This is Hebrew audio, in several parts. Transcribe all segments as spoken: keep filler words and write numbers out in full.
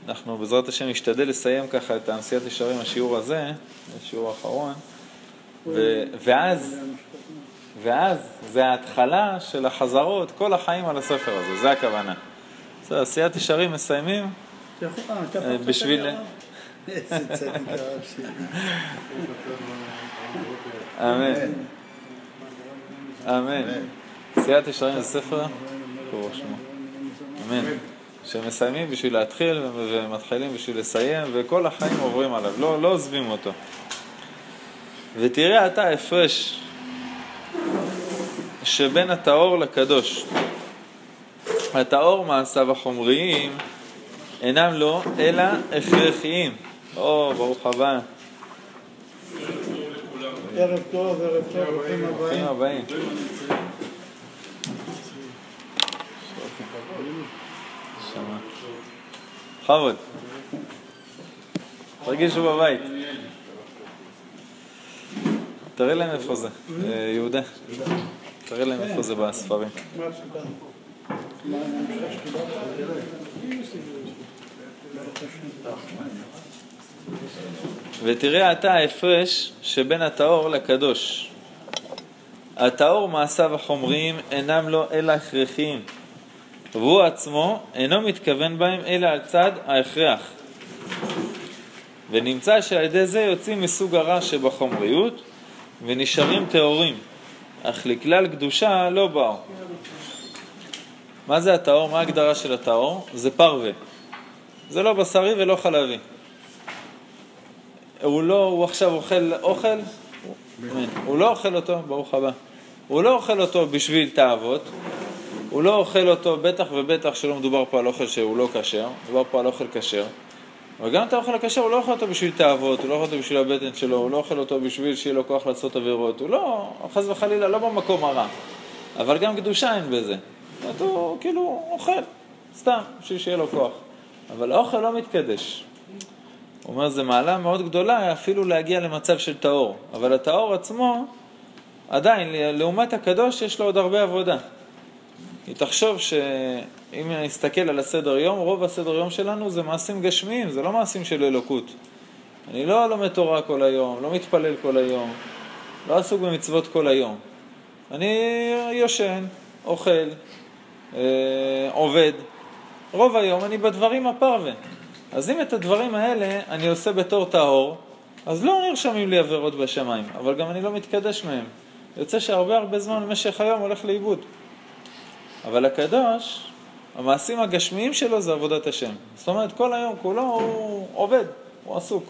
אנחנו בעזרת השם נשתדל לסיים ככה את הנשיאת ישרים, השיעור הזה, השיעור האחרון, ו- ואז, ואז זה ההתחלה של החזרות, כל החיים על הספר הזה, זה הכוונה. זה, נשיאת ישרים מסיימים בשביל... איזה צדיק הרב שלי. אמן. אמן. נשיאת ישרים זה ספר, קורא שמו. אמן. שמסיימים בשביל להתחיל ומתחילים בשביל לסיים, וכל החיים עוברים עליו, לא, לא עוזבים אותו. ותראה אתה הפרש שבין הטהור לקדוש. הטהור מעשיו החומריים אינם לו אלא הכרחיים. או, ברוך הבא. ערב טוב, ערב טוב, ברוכים הבאים. ברוכים הבאים. שמה. חבוד. תרגישו בבית. תראה להם איפה זה, יהודה. תראה להם איפה זה בספרים. ותראה אתה ההפרש שבין הטהור לקדוש. הטהור מעשיו החומריים אינם לו אלא הכרחיים, והוא עצמו אינו מתכוון בהם אלא על צד ההכרח. ונמצא שעל ידי זה יוצאים מסוג הרע שבחומריות ונשארים טהורים, אך לכלל קדושה לא באו. מה זה הטהור? מה ההגדרה של הטהור? זה פרווה. זה לא בשרי ולא חלבי. הוא לא, הוא עכשיו אוכל אוכל, הוא, הוא לא אוכל אותו, ברוך הבא. הוא לא אוכל אותו בשביל תאוות, הוא לא אוכל אותו, בטח ובטח שלא מדובר פה על אוכל שהוא לא כשר, מדובר פה על אוכל כשר. אבל גם את האוכל הכשר, הוא לא אוכל אותו בשביל תאוות, הוא לא אוכל אותו בשביל הבטן שלו, הוא לא אוכל אותו בשביל שיהיה לו כוח לעשות עבירות, הוא לא, חס וחלילה, לא במקום הרע. אבל גם קדושה אין בזה. הוא כאילו אוכל, סתם, בשביל שיהיה לו כוח. אבל האוכל לא מתקדש. הוא אומר, זה מעלה מאוד גדולה אפילו להגיע למצב של טהור. אבל הטהור עצמו, עדיין, לעומת הקדוש, יש לו עוד הרבה עבודה. היא תחשוב שאם נסתכל על הסדר יום, רוב הסדר יום שלנו זה מעשים גשמיים, זה לא מעשים של אלוקות. אני לא לומד תורה כל היום, לא מתפלל כל היום, לא עסוק במצוות כל היום. אני יושן, אוכל, אה, עובד. רוב היום אני בדברים הפרווה. אז אם את הדברים האלה אני עושה בתור טהור, אז לא נרשמים לי עבירות בשמיים, אבל גם אני לא מתקדש מהם. יוצא שהרבה הרבה זמן במשך היום הולך לאיבוד. אבל הקדוש, המעשים הגשמיים שלו זה עבודת השם. זאת אומרת, כל היום כולו הוא עובד, הוא עסוק.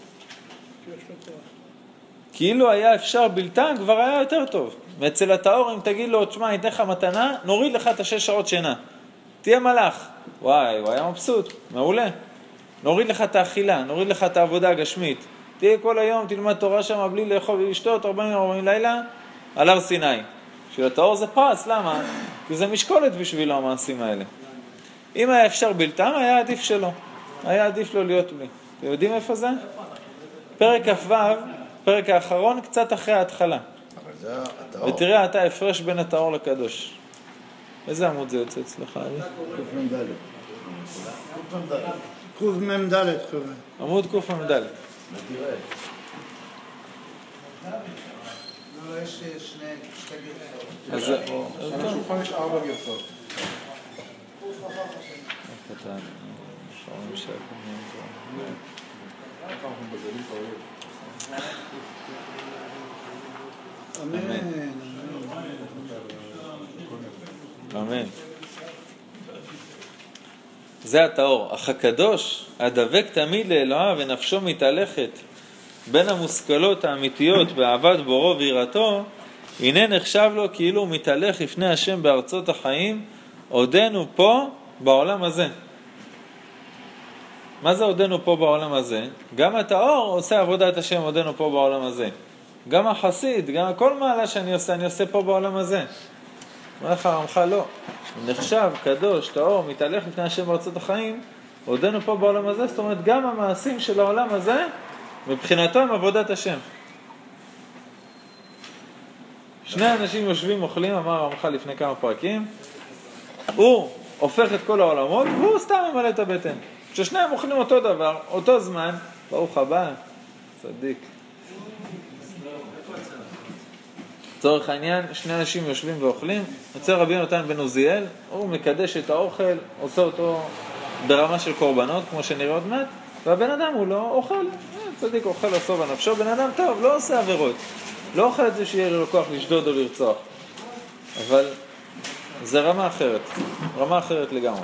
כאילו היה אפשר בלתן, כבר היה יותר טוב. ואצל הטהור, אם תגיד לו, תשמע, ניתן לך מתנה, נוריד לך את השש שעות שינה. תהיה מלאך. וואי, הוא היה מבסוט, מעולה. נוריד לך את האכילה, נוריד לך את העבודה הגשמית. תהיה כל היום, תלמד תורה שם בלי לאכול ולשתות, ארבעים ארבעים לילה, על הר סיני. בשביל הטהור זה פרס, למה? כי זה משקולת בשבילו המעשים האלה. אם היה אפשר בלתם, היה עדיף שלו. היה עדיף לו להיות בלי. אתם יודעים איפה זה? פרק כ"ו, פרק האחרון, קצת אחרי ההתחלה. ותראה אתה הפרש בין הטהור לקדוש. איזה עמוד זה יוצא אצלך? קוף ממדלת. עמוד קוף ממדלת. לא, יש שני גרסאות. אז זה... על השולחן יש ארבע גרסאות. קטן. שומעים שהכל נעזור. אנחנו בגלים פעולים. אמן. אמן. זה הטהור. אך הקדוש, הדבק תמיד לאלוהיו ונפשו מתהלכת בין המושכלות האמיתיות באהבת בורו ויראתו, הנה נחשב לו כאילו הוא מתהלך לפני השם בארצות החיים, עודנו פה בעולם הזה. מה זה עודנו פה בעולם הזה? גם הטהור עושה עבודת השם עודנו פה בעולם הזה. גם החסיד, גם כל מעלה שאני עושה, אני עושה פה בעולם הזה. אומר לך רמך לא. נחשב, קדוש, טהור, מתהלך לפני השם בארצות החיים, עודנו פה בעולם הזה. זאת אומרת, גם המעשים של העולם הזה, מבחינתו הם עבודת השם. שני אנשים יושבים, אוכלים, אמר רמך לפני כמה פרקים, הוא הופך את כל העולמות, והוא סתם ממלא את הבטן. כששניהם אוכלים אותו דבר, אותו זמן, ברוך הבא, צדיק. לצורך העניין, שני אנשים יושבים ואוכלים, יוצא רבי יונתן בן עוזיאל, הוא מקדש את האוכל, עושה אותו ברמה של קורבנות, כמו שנראה עוד מעט, והבן אדם הוא לא אוכל, צדיק אוכל לסוב הנפשו, בן אדם טוב, לא עושה עבירות, לא אוכל את זה שיהיה לו כוח לשדוד או לרצוח, אבל זה רמה אחרת, רמה אחרת לגמרי.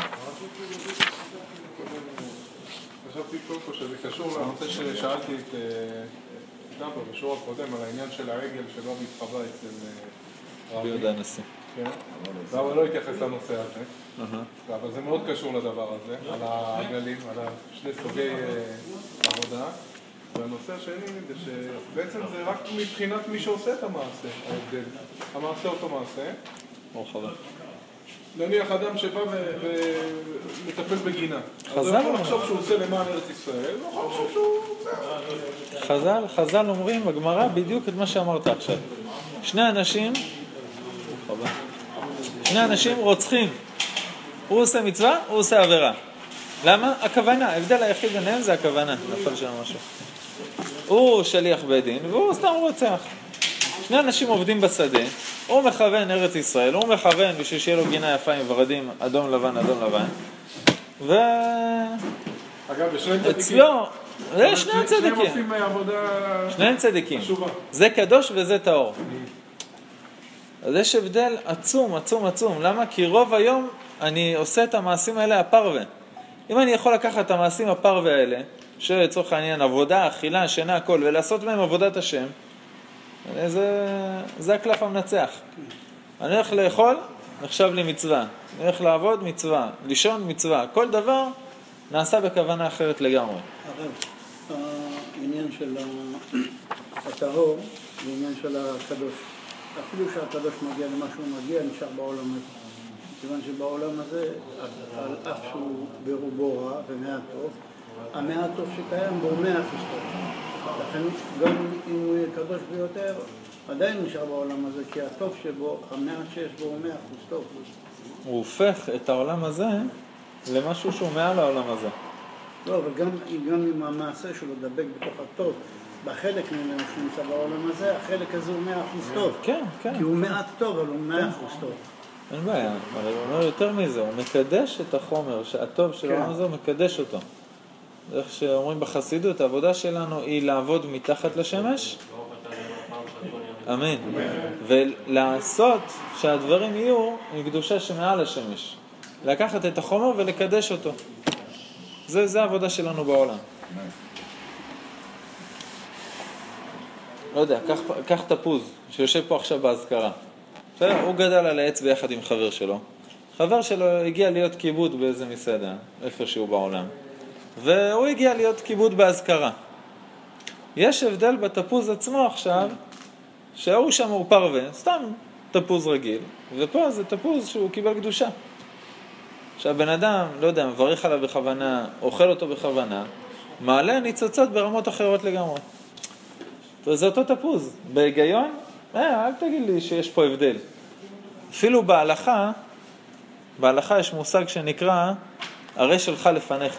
חשבתי קודם כל שזה קשור לנושא ששאלתי את דאבר בשיעור הקודם על העניין של העגל שלא מתחבא אצל רבי יהודה הנשיא. כן, דאבר לא התייחס לנושא הזה, אבל זה מאוד קשור לדבר הזה, על העגלים, על שני סוגי עבודה. והנושא השני זה שבעצם זה רק מבחינת מי שעושה את המעשה, ההבדל. המעשה אותו מעשה. ברוך הבא. נניח אדם שבא ומטפל בגינה. אז הוא יכול לחשוב שהוא עושה למען ארץ ישראל, הוא יכול לחשוב שהוא... חז"ל, חז"ל אומרים בגמרא בדיוק את מה שאמרת עכשיו. שני אנשים, שני אנשים רוצחים. הוא עושה מצווה, הוא עושה עבירה. למה? הכוונה, ההבדל היחיד ביניהם זה הכוונה. נפל שם משהו. הוא שליח בית דין והוא סתם רוצח. שני אנשים עובדים בשדה, הוא מכוון ארץ ישראל, הוא מכוון בשביל שיהיה לו גינה יפה עם ורדים אדום לבן, אדום לבן. ו... אגב, בשני צדיקים. אצלו, זה שני הצדיקים. שניהם עושים עבודה... שניהם צדיקים. חשובה. זה קדוש וזה טהור. אז יש הבדל עצום, עצום, עצום. למה? כי רוב היום אני עושה את המעשים האלה הפרווה. אם אני יכול לקחת את המעשים הפרווה האלה, שלצורך העניין עבודה, אכילה, שינה, הכל, ולעשות מהם עבודת השם, זה, זה הקלף המנצח. אני הולך לאכול, נחשב לי מצווה. אני הולך לעבוד, מצווה. לישון, מצווה. כל דבר נעשה בכוונה אחרת לגמרי. הרב, העניין של הטהור, העניין של הקדוש. אפילו שהקדוש מגיע למה שהוא מגיע, נשאר בעולם הזה. כיוון שבעולם הזה, על אף שהוא ברובו רע ומעט טוב, המעט טוב שקיים בו מאה אחוז טוב. לכן גם אם הוא יהיה קדוש ביותר, עדיין נשאר בעולם הזה, כי הטוב שבו, המעט שיש בו הוא מאה אחוז טוב. הוא הופך את העולם הזה למשהו שהוא מעל העולם הזה. לא, אבל גם, גם עם המעשה שלו דבק בתוך הטוב, בחלק ממנו שנמצא בעולם הזה, החלק הזה הוא מאה אחוז טוב. כן, כן. כי הוא מעט טוב, אבל הוא מאה אחוז טוב. אין בעיה, אבל הוא אומר יותר מזה, הוא מקדש את החומר, שהטוב של העולם הזה הוא מקדש אותו. איך שאומרים בחסידות, העבודה שלנו היא לעבוד מתחת לשמש, אמן, ולעשות שהדברים יהיו מקדושה שמעל השמש, לקחת את החומר ולקדש אותו. זה, זה העבודה שלנו בעולם. לא יודע, קח, קח תפוז שיושב פה עכשיו בהזכרה. הוא גדל על העץ ביחד עם חבר שלו. חבר שלו הגיע להיות כיבוד באיזה מסעדה, איפשהו בעולם. והוא הגיע להיות כיבוד בהזכרה. יש הבדל בתפוז עצמו עכשיו, שהוא שם הוא פרווה, סתם תפוז רגיל, ופה זה תפוז שהוא קיבל קדושה. שהבן אדם, לא יודע, מברך עליו בכוונה, אוכל אותו בכוונה, מעלה ניצוצות ברמות אחרות לגמרי. זה אותו תפוז. בהיגיון, אה, אל תגיד לי שיש פה הבדל. אפילו בהלכה, בהלכה יש מושג שנקרא הרי שלך לפניך.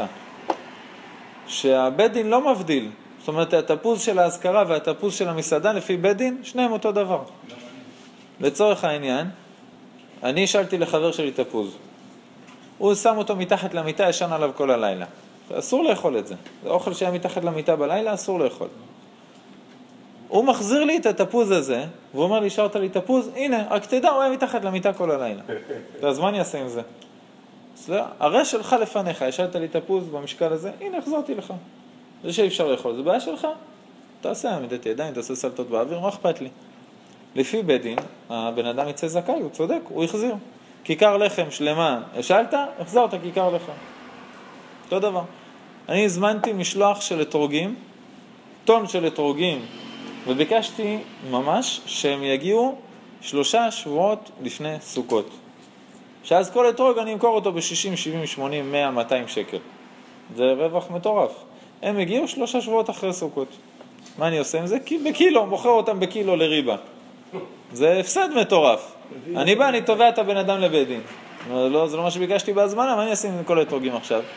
שהבית דין לא מבדיל. זאת אומרת, התפוז של ההזכרה והתפוז של המסעדה לפי בית דין, שניהם אותו דבר. לצורך העניין, אני שאלתי לחבר שלי תפוז. הוא שם אותו מתחת למיטה, ישן עליו כל הלילה. אסור לאכול את זה. זה אוכל שהיה מתחת למיטה בלילה, אסור לאכול. הוא מחזיר לי את התפוז הזה, והוא אומר לי, שרת לי תפוז, הנה, רק תדע, הוא היה מתחת למיטה כל הלילה. אז מה אני אעשה עם זה? הרי שלך לפניך, השארת לי תפוז במשקל הזה, הנה, החזרתי לך. זה שאי אפשר לאכול, זה בעיה שלך. תעשה עמידת ידיים, תעשה סלטות באוויר, מה אכפת לי? לפי בית דין, הבן אדם יצא זכאי, הוא צודק, הוא החזיר. כיכר לחם שלמה, השאלת, החזרת כיכר לחם. אותו דבר. אני הזמנתי משלוח של אתרוגים, טון של אתרוגים, וביקשתי ממש שהם יגיעו שלושה שבועות לפני סוכות. שאז כל אתרוג אני אמכור אותו ב-שישים, שבעים, שמונים, מאה, מאתיים שקל. זה רווח מטורף. הם הגיעו שלושה שבועות אחרי סוכות. מה אני עושה עם זה? בקילו, מוכר אותם בקילו לריבה. זה הפסד מטורף. אני בא, אני תובע את הבן אדם לבית דין. לא, זה לא מה שביקשתי בהזמנה, מה אני אעשה עם כל האתרוגים עכשיו?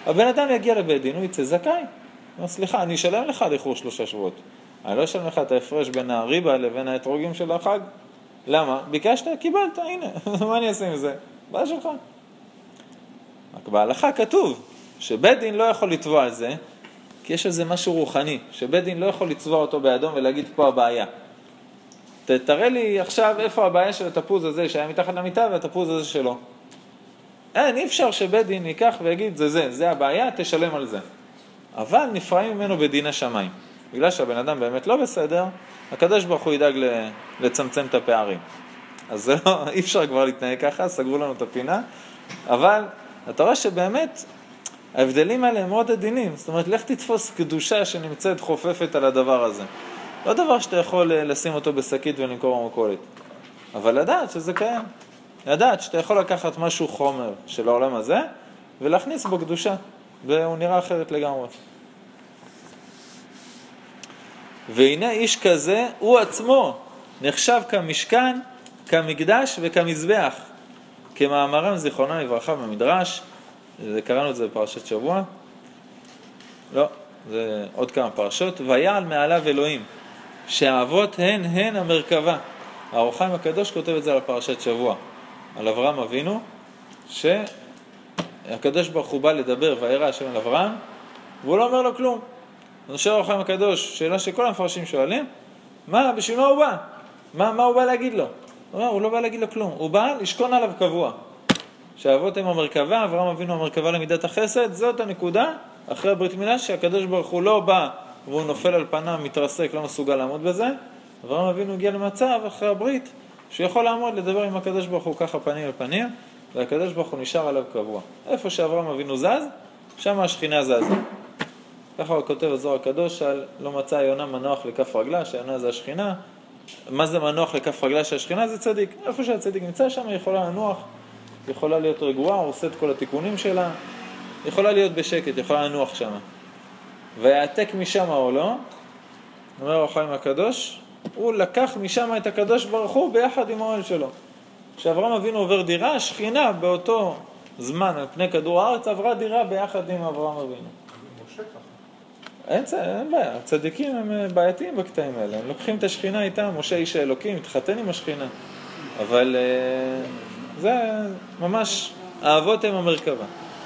הבן אדם יגיע לבית דין, הוא יצא זכאי. אומר, סליחה, אני אשלם לך על איחור שלושה שבועות. אני לא אשלם לך את ההפרש בין הריבה לבין האתרוגים של החג. למה? ביקשת, קיבלת, הנה, מה אני אעשה עם זה? בעיה שלך. רק בהלכה כתוב שבית דין לא יכול לתבוע על זה, כי יש איזה משהו רוחני, שבית דין לא יכול לצבוע אותו באדום ולהגיד פה הבעיה. תראה לי עכשיו איפה הבעיה של התפוז הזה שהיה מתחת למיטה והתפוז הזה שלו. אין, אי אפשר שבית דין ייקח ויגיד זה זה, זה הבעיה, תשלם על זה. אבל נפרעים ממנו בדין השמיים. בגלל שהבן אדם באמת לא בסדר, הקדוש ברוך הוא ידאג לצמצם את הפערים. אז זה לא, אי אפשר כבר להתנהג ככה, סגרו לנו את הפינה, אבל אתה רואה שבאמת ההבדלים האלה הם מאוד עדינים. זאת אומרת, לך תתפוס קדושה שנמצאת חופפת על הדבר הזה. לא דבר שאתה יכול לשים אותו בשקית ולמכור במכולת. אבל לדעת שזה קיים. לדעת שאתה יכול לקחת משהו חומר של העולם הזה, ולהכניס בו קדושה. והוא נראה אחרת לגמרי. והנה איש כזה, הוא עצמו נחשב כמשכן, כמקדש וכמזבח. כמאמרם זיכרונם לברכה במדרש, זה קראנו את זה בפרשת שבוע. לא, זה עוד כמה פרשות. ויעל מעליו אלוהים, שהאבות הן הן המרכבה. האור החיים הקדוש כותב את זה על פרשת שבוע. על אברהם אבינו, שהקדוש ברוך הוא בא לדבר וירא השם אל אברהם, והוא לא אומר לו כלום. אז שואל האור החיים הקדוש, שאלה שכל המפרשים שואלים, מה, בשביל מה הוא בא? מה, מה הוא בא להגיד לו? הוא אומר, הוא לא בא להגיד לו כלום, הוא בא לשכון עליו קבוע. שהאבות הם המרכבה, אברהם אבינו המרכבה למידת החסד, זאת הנקודה, אחרי הברית מילה, שהקדוש ברוך הוא לא בא, והוא נופל על פניו, מתרסק, לא מסוגל לעמוד בזה. אברהם אבינו הגיע למצב, אחרי הברית, שהוא יכול לעמוד לדבר עם הקדוש ברוך הוא ככה פנים על פנים, והקדוש ברוך הוא נשאר עליו קבוע. איפה שאברהם אבינו זז, שם השכינה זז. ככה הוא כותב הזוהר הקדוש על לא מצא יונה מנוח לכף רגלה, שיונה זה השכינה. מה זה מנוח לכף רגלה של השכינה? זה צדיק. איפה שהצדיק נמצא שם, היא יכולה לנוח, יכולה להיות רגועה, הוא עושה את כל התיקונים שלה, יכולה להיות בשקט, יכולה לנוח שם. ויעתק משם או לא, אומר האור החיים הקדוש, הוא לקח משם את הקדוש ברוך הוא ביחד עם האוהל שלו. כשאברהם אבינו עובר דירה, השכינה באותו זמן על פני כדור הארץ עברה דירה ביחד עם אברהם אבינו. אין, אין בעיה, הצדיקים הם בעייתיים בקטעים האלה, הם לוקחים את השכינה איתם, משה איש האלוקים, מתחתן עם השכינה, אבל זה ממש, האבות הם המרכבה.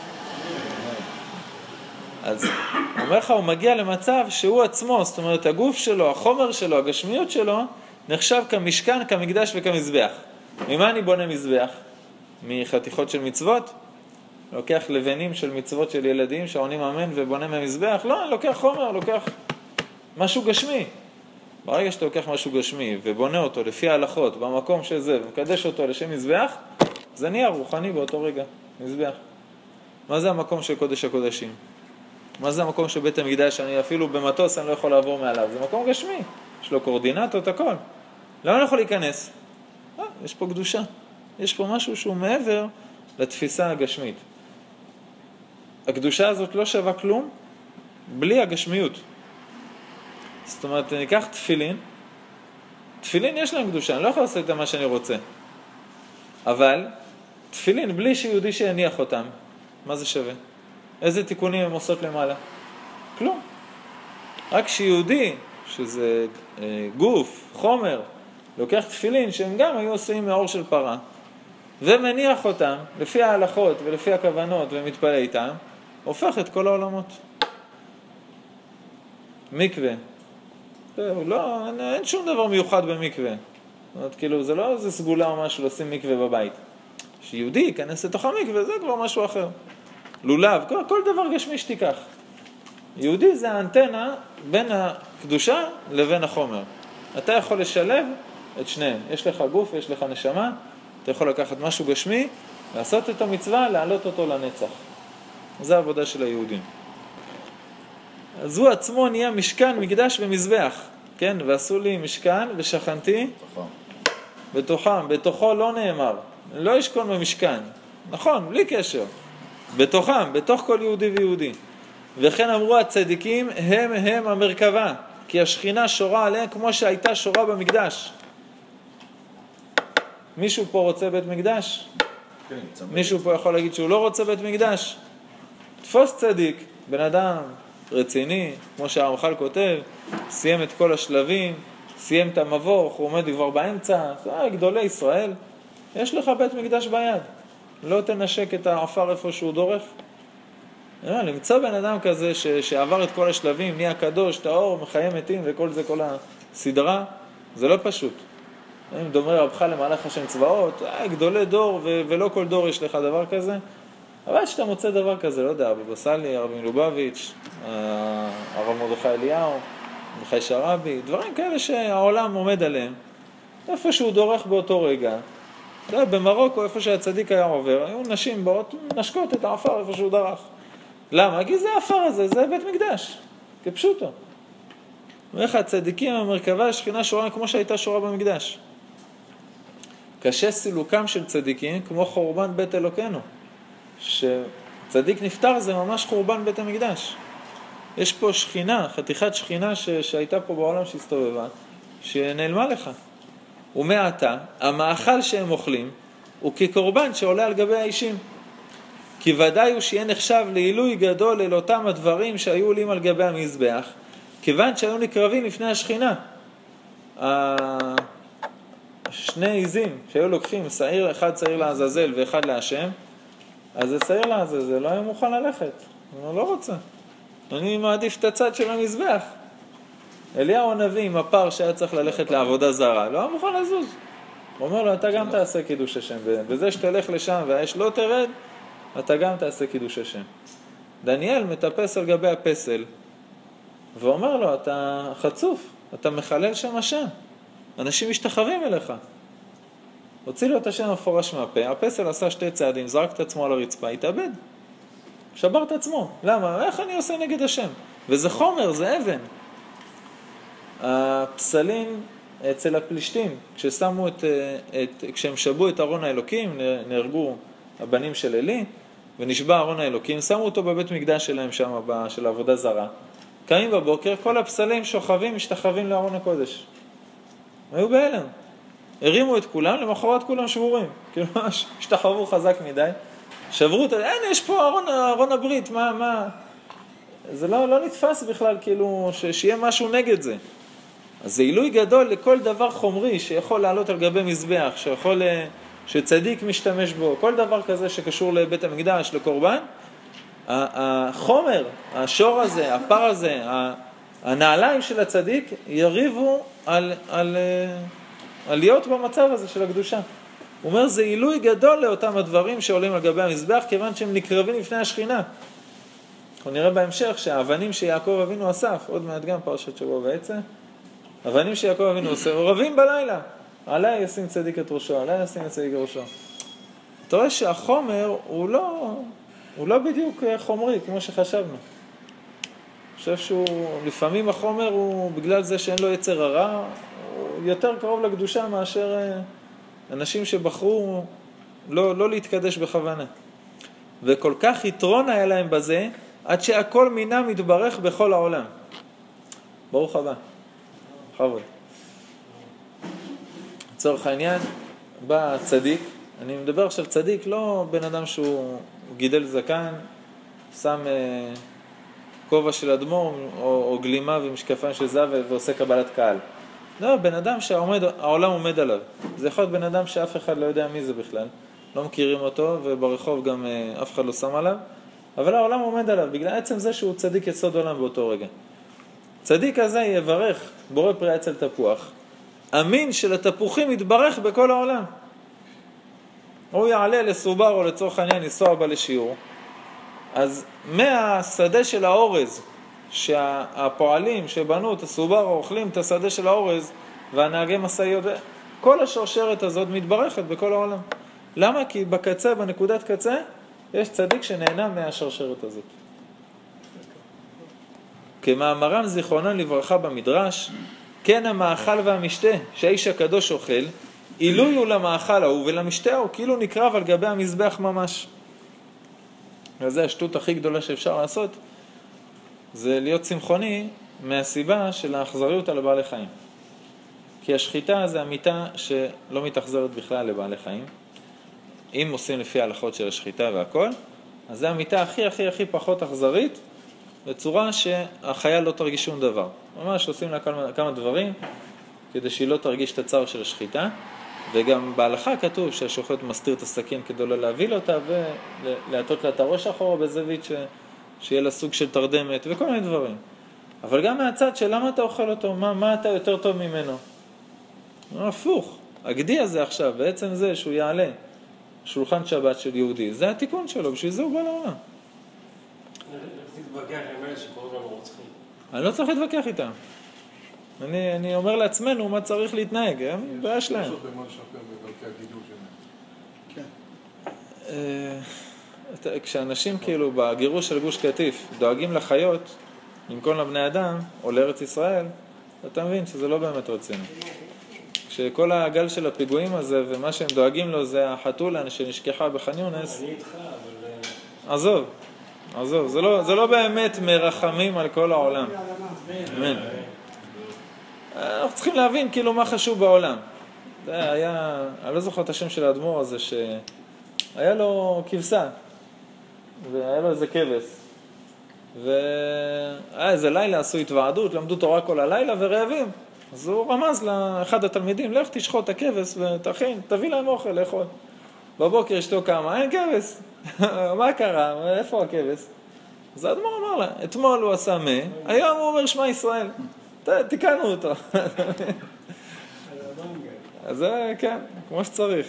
אז אומר לך, הוא מגיע למצב שהוא עצמו, זאת אומרת, הגוף שלו, החומר שלו, הגשמיות שלו, נחשב כמשכן, כמקדש וכמזבח. ממה אני בונה מזבח? מחתיכות של מצוות? לוקח לבנים של מצוות של ילדים שעונים אמן ובונה ממזבח? לא, אני לוקח חומר, לוקח משהו גשמי. ברגע שאתה לוקח משהו גשמי ובונה אותו לפי ההלכות במקום של זה ומקדש אותו לשם מזבח, זה נהיה רוחני באותו רגע, מזבח. מה זה המקום של קודש הקודשים? מה זה המקום של בית המקדש? אני אפילו במטוס אני לא יכול לעבור מעליו. זה מקום גשמי, יש לו קורדינטות, הכל. למה אני יכול להיכנס? אה, יש פה קדושה. יש פה משהו שהוא מעבר לתפיסה הגשמית. הקדושה הזאת לא שווה כלום בלי הגשמיות. זאת אומרת, אני אקח תפילין, תפילין יש להם קדושה, אני לא יכול לעשות את מה שאני רוצה. אבל תפילין בלי שיהודי שיניח אותם, מה זה שווה? איזה תיקונים הם עושות למעלה? כלום. רק שיהודי, שזה אה, גוף, חומר, לוקח תפילין שהם גם היו עושים מאור של פרה, ומניח אותם לפי ההלכות ולפי הכוונות ומתפלא איתם, הופך את כל העולמות. מקווה. לא, אין, אין שום דבר מיוחד במקווה. זאת אומרת, כאילו, זה לא איזה סגולה או משהו לשים מקווה בבית. שיהודי ייכנס לתוך המקווה, זה כבר משהו אחר. לולב, כל, כל דבר גשמי שתיקח. יהודי זה האנטנה בין הקדושה לבין החומר. אתה יכול לשלב את שניהם. יש לך גוף, יש לך נשמה, אתה יכול לקחת משהו גשמי, לעשות את המצווה, להעלות אותו לנצח. זו העבודה של היהודים. אז הוא עצמו נהיה משכן, מקדש ומזבח. כן, ועשו לי משכן ושכנתי בתוכם. בתוכו לא נאמר, לא ישכון במשכן. נכון, בלי קשר. בתוכם, בתוך כל יהודי ויהודי. וכן אמרו הצדיקים, הם הם המרכבה, כי השכינה שורה עליהם כמו שהייתה שורה במקדש. מישהו פה רוצה בית מקדש? כן, מישהו פה יכול להגיד שהוא לא רוצה בית מקדש? תפוס צדיק, בן אדם רציני, כמו שהרמח"ל כותב, סיים את כל השלבים, סיים את המבוך, הוא עומד כבר באמצע, זה גדולי ישראל, יש לך בית מקדש ביד, לא תנשק את העפר איפה שהוא דורך. למצוא בן אדם כזה ש, שעבר את כל השלבים, נהיה קדוש, טהור, מחיי מתים וכל זה, כל הסדרה, זה לא פשוט. אם דומרי רבך למלאך השם צבאות, אה, גדולי דור ו, ולא כל דור יש לך דבר כזה, אבל שאתה מוצא דבר כזה, לא יודע, אבא בסלי, הרב מלובביץ', הרב מרדכי אליהו, מיכאל שרבי, דברים כאלה שהעולם עומד עליהם, איפה שהוא דורך באותו רגע, במרוקו, איפה שהצדיק היה עובר, היו נשים באות, נשקות את העפר איפה שהוא דרך. למה? כי זה העפר הזה, זה בית מקדש, כפשוטו. ואיך הצדיקים המרכבה השכינה שורה כמו שהייתה שורה במקדש. קשה סילוקם של צדיקים כמו חורבן בית אלוקינו. שצדיק נפטר זה ממש חורבן בית המקדש. יש פה שכינה, חתיכת שכינה ש... שהייתה פה בעולם שהסתובבה, שנעלמה לך. ומעתה, המאכל שהם אוכלים הוא כקורבן שעולה על גבי האישים. כי ודאי הוא שיהיה נחשב לעילוי גדול אל אותם הדברים שהיו עולים על גבי המזבח, כיוון שהיו נקרבים לפני השכינה. שני עיזים שהיו לוקחים, שעיר, אחד שעיר לעזאזל ואחד להשם, אז זה שעיר לעזאזל, לא היה מוכן ללכת. הוא לא רוצה. אני מעדיף את הצד של המזבח. אליהו הנביא עם הפר שהיה צריך ללכת לעבודה זרה, לא היה מוכן לזוז. הוא אומר לו, אתה גם תעשה קידוש השם. וזה שתלך לשם והאש לא תרד, אתה גם תעשה קידוש השם. דניאל מטפס על גבי הפסל, ואומר לו, אתה חצוף, אתה מחלל שם השם. אנשים משתחווים אליך. הוציא לו את השם המפורש מהפה, הפסל עשה שתי צעדים, זרק את עצמו על הרצפה, התאבד. שבר את עצמו. למה? איך אני עושה נגד השם? וזה חומר, זה אבן. הפסלים אצל הפלישתים, כששמו את, את, כשהם שבו את ארון האלוקים, נהרגו הבנים של אלי, ונשבע ארון האלוקים, שמו אותו בבית מקדש שלהם שם, של העבודה זרה. קמים בבוקר, כל הפסלים שוכבים, משתחווים לארון הקודש. היו בהלם. הרימו את כולם, למחרת כולם שבורים. כאילו, השתחוו חזק מדי. שברו את... אין, יש פה ארון, ארון הברית, מה, מה? זה לא, לא נתפס בכלל, כאילו, ש, שיהיה משהו נגד זה. אז זה עילוי גדול לכל דבר חומרי שיכול לעלות על גבי מזבח, שיכול, שצדיק משתמש בו, כל דבר כזה שקשור לבית המקדש, לקורבן. החומר, השור הזה, הפר הזה, הנעליים של הצדיק יריבו על, על, על להיות במצב הזה של הקדושה. הוא אומר, זה עילוי גדול לאותם הדברים שעולים על גבי המזבח, כיוון שהם נקרבים לפני השכינה. אנחנו נראה בהמשך שהאבנים שיעקב אבינו אסף, עוד מעט גם פרשת שבוע ועצה, אבנים שיעקב אבינו אסף, רבים בלילה. עליי ישים צדיק את ראשו, עליי ישים את צדיק את ראשו. אתה רואה שהחומר הוא לא, הוא לא בדיוק חומרי, כמו שחשבנו. אני חושב שהוא, לפעמים החומר הוא, בגלל זה שאין לו יצר הרע, הוא יותר קרוב לקדושה מאשר אנשים שבחרו לא, לא להתקדש בכוונה. וכל כך יתרון היה להם בזה, עד שהכל מינה מתברך בכל העולם. ברוך הבא. חבוד. לצורך העניין, בא צדיק, אני מדבר עכשיו צדיק, לא בן אדם שהוא גידל זקן, שם אה, כובע של אדמו"ר, או, או גלימה ומשקפיים של זהב ועושה קבלת קהל. לא, בן אדם שהעולם עומד עליו. זה יכול להיות בן אדם שאף אחד לא יודע מי זה בכלל. לא מכירים אותו, וברחוב גם אה, אף אחד לא שם עליו. אבל העולם עומד עליו, בגלל עצם זה שהוא צדיק יסוד עולם באותו רגע. צדיק הזה יברך, בורא פרי אצל תפוח. אמין של התפוחים יתברך בכל העולם. הוא יעלה לסובר או לצורך העניין ייסוע בה לשיעור. אז מהשדה של האורז, שהפועלים שבנו את הסובר אוכלים את השדה של האורז, והנהגי משאיות, כל השרשרת הזאת מתברכת בכל העולם. למה? כי בקצה, בנקודת קצה, יש צדיק שנהנה מהשרשרת הזאת. כמאמרם זיכרונם לברכה במדרש, כן המאכל והמשתה שהאיש הקדוש אוכל, עילוי הוא למאכל ההוא ולמשתה הוא כאילו נקרב על גבי המזבח ממש. וזה השטות הכי גדולה שאפשר לעשות, זה להיות צמחוני מהסיבה של האכזריות על בעלי חיים. כי השחיטה זה המיטה שלא מתאכזרת בכלל לבעלי חיים. אם עושים לפי ההלכות של השחיטה והכל, אז זה המיטה הכי הכי הכי פחות אכזרית, בצורה שהחיה לא תרגיש שום דבר. ממש עושים לה כמה, כמה דברים, כדי שהיא לא תרגיש את הצער של השחיטה, וגם בהלכה כתוב שהשוחט מסתיר את הסכין כדי לא להביל אותה, ולהטות לה את הראש אחורה בזווית ש... שיהיה לה סוג של תרדמת, וכל מיני דברים. אבל גם מהצד של למה אתה אוכל אותו, מה, מה אתה יותר טוב ממנו? הפוך, הגדי הזה עכשיו, בעצם זה שהוא יעלה שולחן שבת של יהודי, זה התיקון שלו, בשביל זה הוא בא לעולם. אני לא צריך להתווכח איתם. אני, אני אומר לעצמנו מה צריך להתנהג, הם בעיה שלהם. כשאנשים כאילו בגירוש של גוש קטיף דואגים לחיות במקום לבני אדם או לארץ ישראל, אתה מבין שזה לא באמת רציני. כשכל הגל של הפיגועים הזה ומה שהם דואגים לו זה החתולה שנשכחה בח'אן יונס. אני איתך, אבל... עזוב, עזוב, זה לא, זה לא באמת מרחמים על כל העולם. אמן. אנחנו צריכים להבין כאילו מה חשוב בעולם. זה היה, אני לא זוכר את השם של האדמו"ר הזה שהיה לו כבשה והיה לו איזה כבש והיה איזה לילה עשו התוועדות, למדו תורה כל הלילה ורעבים, אז הוא רמז לאחד התלמידים, לך תשחוט את הכבש ותכין, תביא להם אוכל לאכול. בבוקר אשתו קמה, אין כבש. מה קרה? איפה הכבש? אז האדמו"ר אמר לה, אתמול הוא עשה מה, היום הוא אומר שמע ישראל. תיקנו אותו. אז זה כן, כמו שצריך.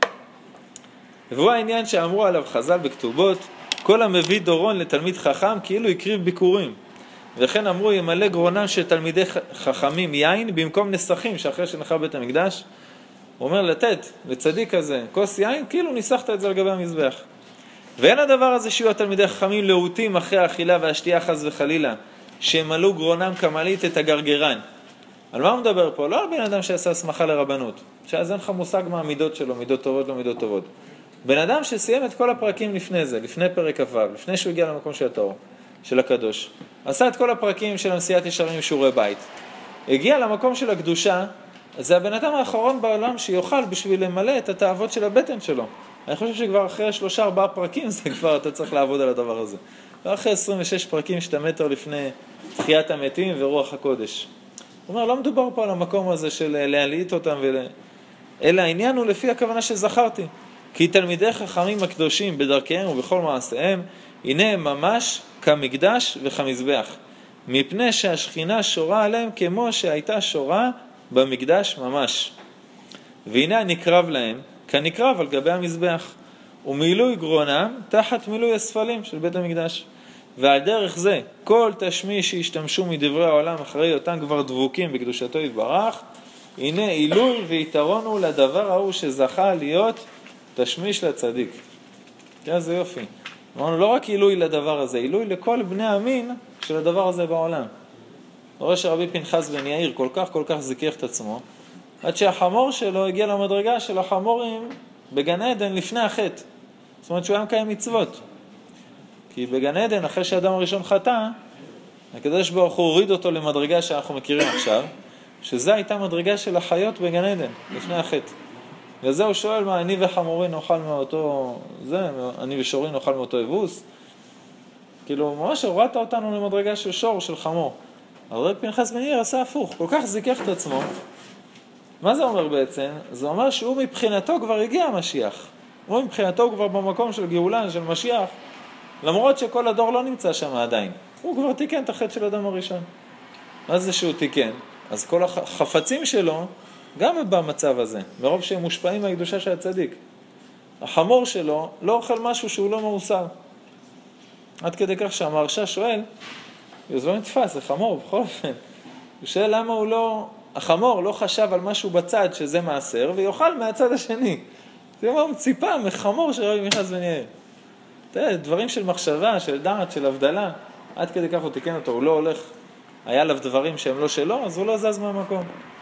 והוא העניין שאמרו עליו חז"ל בכתובות, כל המביא דורון לתלמיד חכם כאילו הקריב ביקורים. וכן אמרו ימלא גרונם של תלמידי חכמים יין במקום נסכים שאחרי שנחרב בית המקדש. הוא אומר לתת לצדיק הזה כוס יין כאילו ניסחת את זה על גבי המזבח. ואין הדבר הזה שיהיו התלמידי חכמים להוטים אחרי האכילה והשתייה חס וחלילה, שמלאו גרונם כמלית את הגרגרן. על מה הוא מדבר פה? לא על בן אדם שעשה הסמכה לרבנות, שאז אין לך מושג מה המידות שלו, מידות טובות לא מידות טובות. בן אדם שסיים את כל הפרקים לפני זה, לפני פרק כ"ו, לפני שהוא הגיע למקום של התורה, של הקדוש, עשה את כל הפרקים של הנשיאת ישרים שיעורי בית, הגיע למקום של הקדושה, אז זה הבן אדם האחרון בעולם שיוכל בשביל למלא את התאוות של הבטן שלו. אני חושב שכבר אחרי שלושה ארבעה פרקים זה כבר אתה צריך לעבוד על הדבר הזה. ואחרי עשרים ושש פרקים שאתה מטר לפני תחיית המתים ורוח הקודש. הוא אומר, לא מדובר פה על המקום הזה של להעלית אותם, ול... אלא העניין הוא לפי הכוונה שזכרתי. כי תלמידי חכמים הקדושים בדרכיהם ובכל מעשיהם, הנה הם ממש כמקדש וכמזבח. מפני שהשכינה שורה עליהם כמו שהייתה שורה במקדש ממש. והנה הנקרב להם, כנקרב על גבי המזבח. ומילוי גרונם תחת מילוי הספלים של בית המקדש. ועל דרך זה, כל תשמיש שהשתמשו מדברי העולם אחרי אותם כבר דבוקים בקדושתו יתברך, הנה עילוי ויתרון הוא לדבר ההוא שזכה להיות תשמיש לצדיק. כן, זה יופי. אמרנו, לא רק עילוי לדבר הזה, עילוי לכל בני המין של הדבר הזה בעולם. רואה שרבי פנחס בן יאיר כל כך כל כך זיכך את עצמו, עד שהחמור שלו הגיע למדרגה של החמורים בגן עדן לפני החטא. זאת אומרת שהוא היה מקיים מצוות. כי בגן עדן, אחרי שהאדם הראשון חטא, הקדוש ברוך הוא הוריד אותו למדרגה שאנחנו מכירים עכשיו, שזה הייתה מדרגה של החיות בגן עדן, לפני החטא. וזה הוא שואל מה, אני וחמורי נאכל מאותו, זה, אני ושורי נאכל מאותו אבוס. כאילו, ממש הורדת אותנו למדרגה של שור, של חמור. אבל פנחס בן יאיר עשה הפוך, כל כך זיכך את עצמו. מה זה אומר בעצם? זה אומר שהוא מבחינתו כבר הגיע המשיח. הוא מבחינתו כבר במקום של גאולה, של משיח, למרות שכל הדור לא נמצא שם עדיין. הוא כבר תיקן את החטא של אדם הראשון. מה זה שהוא תיקן? אז כל החפצים שלו גם במצב הזה, מרוב שהם מושפעים מהקדושה של הצדיק. החמור שלו לא אוכל משהו שהוא לא מאוסר. עד כדי כך שהמהרש"א שואל, זה לא נתפס, זה חמור בכל אופן. הוא שואל למה הוא לא, החמור לא חשב על משהו בצד שזה מעשר, ויוכל מהצד השני. זה מה הוא מציפה מחמור של רבי פנחס בן יאיר. תראה, דברים של מחשבה, של דעת, של הבדלה, עד כדי כך הוא תיקן אותו, הוא לא הולך, היה עליו דברים שהם לא שלו, אז הוא לא זז מהמקום.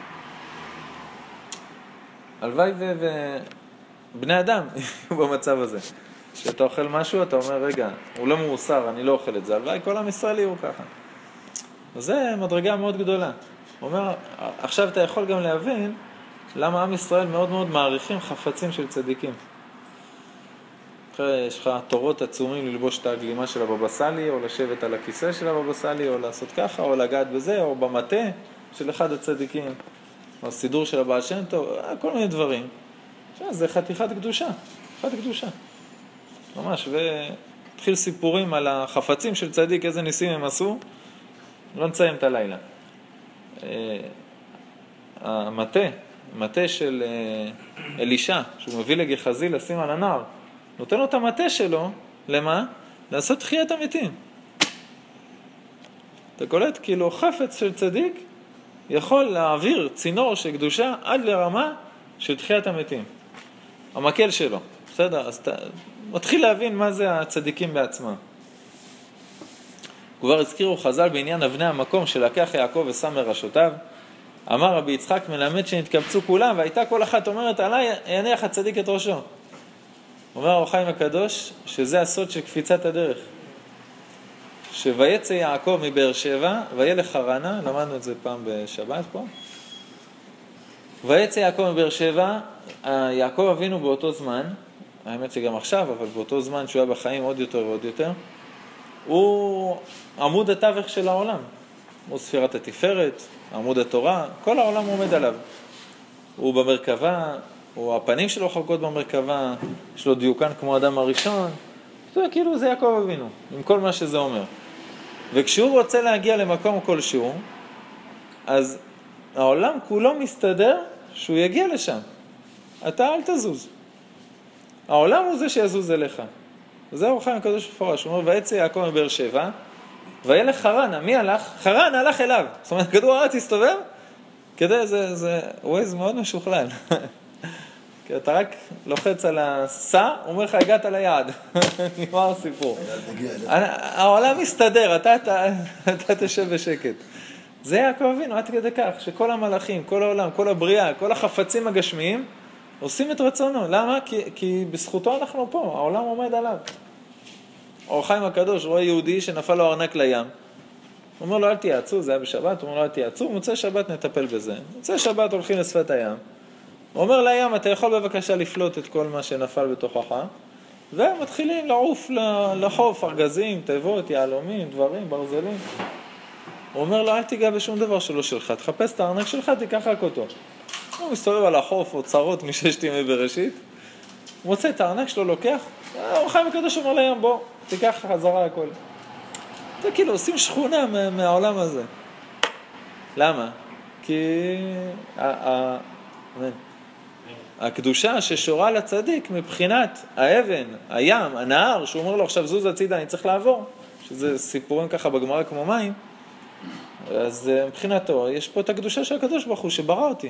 הלוואי ובני אדם יהיו במצב הזה. כשאתה אוכל משהו, אתה אומר, רגע, הוא לא מאוסר, אני לא אוכל את זה. הלוואי, כל עם ישראל יהיו ככה. וזה מדרגה מאוד גדולה. הוא אומר, עכשיו אתה יכול גם להבין למה עם ישראל מאוד מאוד מעריכים חפצים של צדיקים. אחרי יש לך תורות עצומים ללבוש את הגלימה של הבבא סאלי, או לשבת על הכיסא של הבבא סאלי, או לעשות ככה, או לגעת בזה, או במטה של אחד הצדיקים, או סידור של הבעל שם טוב, כל מיני דברים. עכשיו, זה חתיכת קדושה, חתיכת קדושה. ממש, והתחיל סיפורים על החפצים של צדיק, איזה ניסים הם עשו, לא נציין את הלילה. המטה, המטה של אלישע, שהוא מביא לגחזי לשים על הנער, נותן לו את המטה שלו, למה? לעשות תחיית המתים. אתה קולט, כאילו חפץ של צדיק יכול להעביר צינור של קדושה עד לרמה של תחיית המתים. המקל שלו, בסדר? אז אתה מתחיל להבין מה זה הצדיקים בעצמם. כבר הזכירו חז"ל בעניין אבני המקום שלקח יעקב ושם מראשותיו. אמר רבי יצחק מלמד שנתקבצו כולם, והייתה כל אחת אומרת עליי יניח הצדיק את ראשו. אומר האור החיים הקדוש שזה הסוד של קפיצת הדרך. שויצא יעקב מבאר שבע וילך חרנה, למדנו את זה פעם בשבת פה. ויצא יעקב מבאר שבע, יעקב אבינו באותו זמן, האמת שגם עכשיו, אבל באותו זמן שהוא היה בחיים עוד יותר ועוד יותר, הוא עמוד התווך של העולם. הוא ספירת התפארת, עמוד התורה, כל העולם עומד עליו. הוא במרכבה, הוא הפנים שלו חלקות במרכבה, יש לו דיוקן כמו אדם הראשון. זה כאילו זה יעקב אבינו, עם כל מה שזה אומר. וכשהוא רוצה להגיע למקום כלשהו, אז העולם כולו מסתדר שהוא יגיע לשם. אתה אל תזוז. העולם הוא זה שיזוז אליך. וזה האור החיים הקדוש מפורש. הוא אומר, ויצא יעקב מבאר שבע, וילך חרנה. מי הלך? חרן הלך אליו. זאת אומרת, כדור הארץ הסתובב, כדי זה, זה ווייז מאוד משוכלל. כי אתה רק לוחץ על הסע, הוא אומר לך, הגעת ליעד. נגמר הסיפור. העולם מסתדר, אתה, אתה, אתה תשב בשקט. זה יעקב אבינו, עד כדי כך, שכל המלאכים, כל העולם, כל הבריאה, כל החפצים הגשמיים, עושים את רצונו. למה? כי, כי בזכותו אנחנו פה, העולם עומד עליו. האור החיים הקדוש רואה יהודי שנפל לו ארנק לים. הוא אומר לו, אל תיעצו, זה היה בשבת, הוא אומר לו, אל תיעצו, מוצא שבת נטפל בזה. מוצא שבת הולכים לשפת הים. הוא אומר לים, אתה יכול בבקשה לפלוט את כל מה שנפל בתוכך, ומתחילים לעוף לחוף, ארגזים, תיבות, יעלומים, דברים, ברזלים. הוא אומר לו, אל תיגע בשום דבר שלא שלך, תחפש את הארנק שלך, תיקח רק אותו. הוא מסתובב על החוף, או צרות מששת ימי בראשית, הוא מוצא את הארנק שלו, לוקח, האור החיים הקדוש אומר לים, בוא, תיקח חזרה הכל. זה כאילו, עושים שכונה מה, מהעולם הזה. למה? כי הקדושה ששורה לצדיק מבחינת האבן, הים, הנהר, שהוא אומר לו עכשיו זוז הצידה, אני צריך לעבור, שזה סיפורים ככה בגמרא כמו מים, אז מבחינתו יש פה את הקדושה של הקדוש ברוך הוא שברא אותי.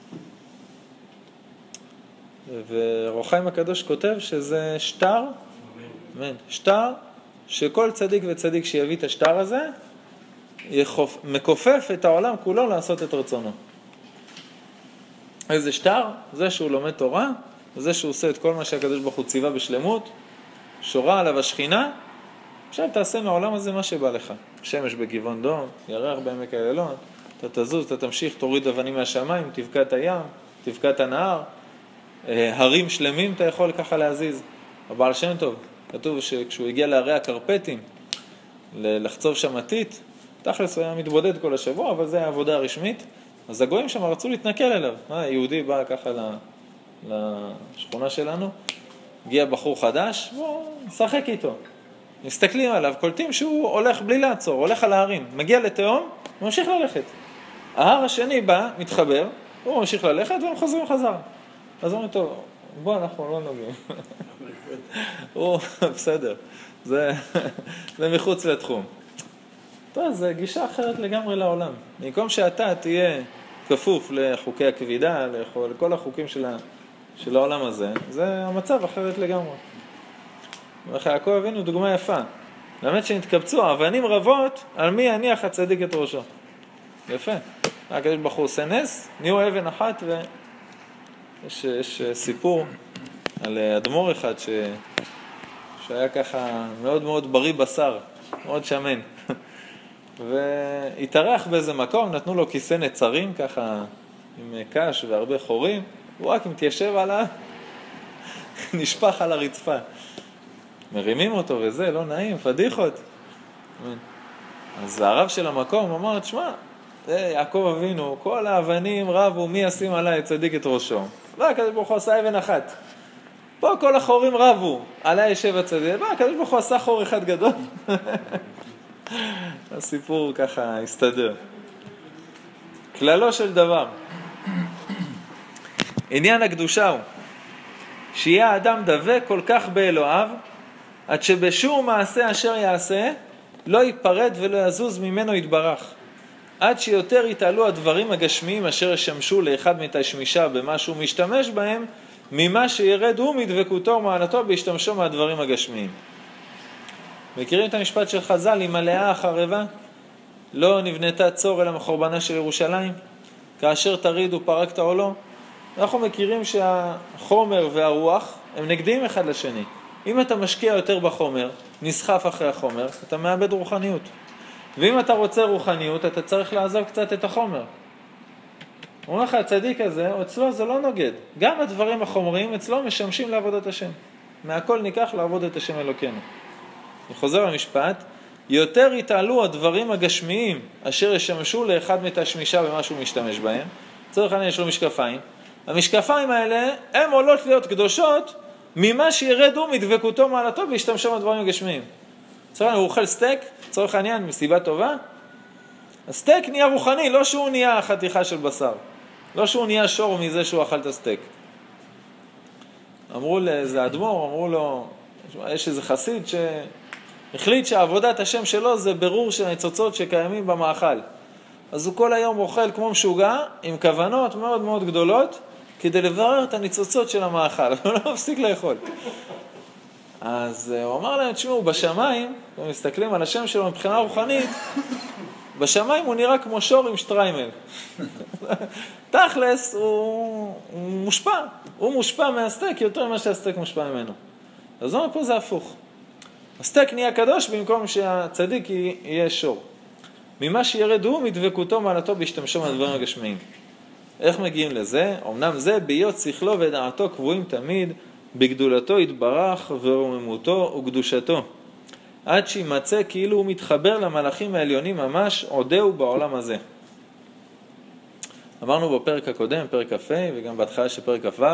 ואור החיים הקדוש כותב שזה שטר, אמן, שטר שכל צדיק וצדיק שיביא את השטר הזה, יחופ, מקופף את העולם כולו לעשות את רצונו. איזה שטר? זה שהוא לומד תורה, זה שהוא עושה את כל מה שהקדוש ברוך הוא ציווה בשלמות, שורה עליו השכינה, עכשיו תעשה מהעולם הזה מה שבא לך. שמש בגבעון דום, ירח בעמק איילון, אתה תזוז, אתה תמשיך, תוריד אבנים מהשמיים, תבקע את הים, תבקע את הנהר, הרים שלמים אתה יכול ככה להזיז. הבעל שם טוב, כתוב שכשהוא הגיע להרי הקרפטים, לחצוב שם עתית, תכלס הוא היה מתבודד כל השבוע, אבל זה העבודה הרשמית, אז הגויים שם רצו להתנכל אליו. יהודי בא ככה לשכונה שלנו, הגיע בחור חדש, בוא, נשחק איתו. מסתכלים עליו, קולטים שהוא הולך בלי לעצור, הולך על ההרים, מגיע לתהום, הוא ממשיך ללכת. ההר השני בא, מתחבר, הוא ממשיך ללכת והם חוזרים חזרה. אז הוא אומר, טוב, בוא, אנחנו לא נוגעים. הוא, בסדר, זה, זה מחוץ לתחום. טוב, זה גישה אחרת לגמרי לעולם. במקום שאתה תהיה כפוף לחוקי הכבידה, לכל החוקים של, ה, של העולם הזה, זה המצב אחרת לגמרי. יעקב אבינו דוגמה יפה. באמת שנתקבצו אבנים רבות, על מי יניח הצדיק את ראשו. יפה. הקדוש ברוך הוא עושה נס, נהיו אבן אחת, ויש יש סיפור על אדמו"ר אחד ש... שהיה ככה מאוד מאוד בריא בשר, מאוד שמן. והתארח באיזה מקום, נתנו לו כיסא נצרים ככה עם קש והרבה חורים, הוא רק מתיישב עליו, נשפח על הרצפה. מרימים אותו וזה, לא נעים, פדיחות. אז הרב של המקום אמר, תשמע, יעקב אבינו, כל האבנים רבו, מי ישים עליי צדיק את ראשו? בא הקדוש ברוך הוא עשה אבן אחת. פה כל החורים רבו, עליי ישב הצדיק. בא הקדוש ברוך הוא עשה חור אחד גדול. הסיפור ככה הסתדר. כללו של דבר. עניין הקדושה הוא, שיהיה האדם דבק כל כך באלוהיו, עד שבשום מעשה אשר יעשה, לא ייפרד ולא יזוז ממנו יתברך. עד שיותר יתעלו הדברים הגשמיים אשר ישמשו לאחד מתשמישה במה שהוא משתמש בהם, ממה שירד הוא מדבקותו ומעלתו בהשתמשו מהדברים הגשמיים. מכירים את המשפט של חז"ל, אם מלאה החרבה, לא נבנתה צור אלא מחורבנה של ירושלים, כאשר תריד ופרקת או לא. אנחנו מכירים שהחומר והרוח הם נגדיים אחד לשני. אם אתה משקיע יותר בחומר, נסחף אחרי החומר, אתה מאבד רוחניות. ואם אתה רוצה רוחניות, אתה צריך לעזוב קצת את החומר. אומר לך, הצדיק הזה, אצלו זה לא נוגד. גם הדברים החומריים אצלו משמשים לעבודת השם. מהכל ניקח לעבוד את השם אלוקינו. אני חוזר למשפט, יותר יתעלו הדברים הגשמיים אשר ישמשו לאחד מתשמישה במה שהוא משתמש בהם. צריך אני יש לו משקפיים. המשקפיים האלה, הם עולות להיות קדושות ממה שירדו מדבקותו מעלתו בהשתמשו מהדברים הגשמיים. צריך הוא אוכל סטייק, צריך העניין מסיבה טובה. הסטייק נהיה רוחני, לא שהוא נהיה חתיכה של בשר. לא שהוא נהיה שור מזה שהוא אכל את הסטייק. אמרו לאיזה אדמו"ר, אמרו לו, יש איזה חסיד שהחליט שעבודת השם שלו זה ברור של הניצוצות שקיימים במאכל. אז הוא כל היום אוכל כמו משוגע, עם כוונות מאוד מאוד גדולות, כדי לברר את הניצוצות של המאכל. הוא לא מפסיק לאכול. אז הוא אמר להם, תשמעו, בשמיים, אנחנו מסתכלים על השם שלו מבחינה רוחנית, בשמיים הוא נראה כמו שור עם שטריימל. תכלס, הוא, הוא מושפע. הוא מושפע מהסטייק יותר ממה שהסטייק מושפע ממנו. אז הוא אומר, פה זה הפוך. הסטייק נהיה קדוש במקום שהצדיק יהיה שור. ממה שירד הוא מדבקותו מעלתו בהשתמשו מהדברים הגשמיים. איך מגיעים לזה? אמנם זה ביות שכלו ודעתו קבועים תמיד, בגדולתו יתברך ורוממותו וקדושתו. עד שימצא כאילו הוא מתחבר למלאכים העליונים ממש עודהו בעולם הזה. אמרנו בפרק הקודם, פרק כ"ה וגם בהתחלה של פרק כ"ו,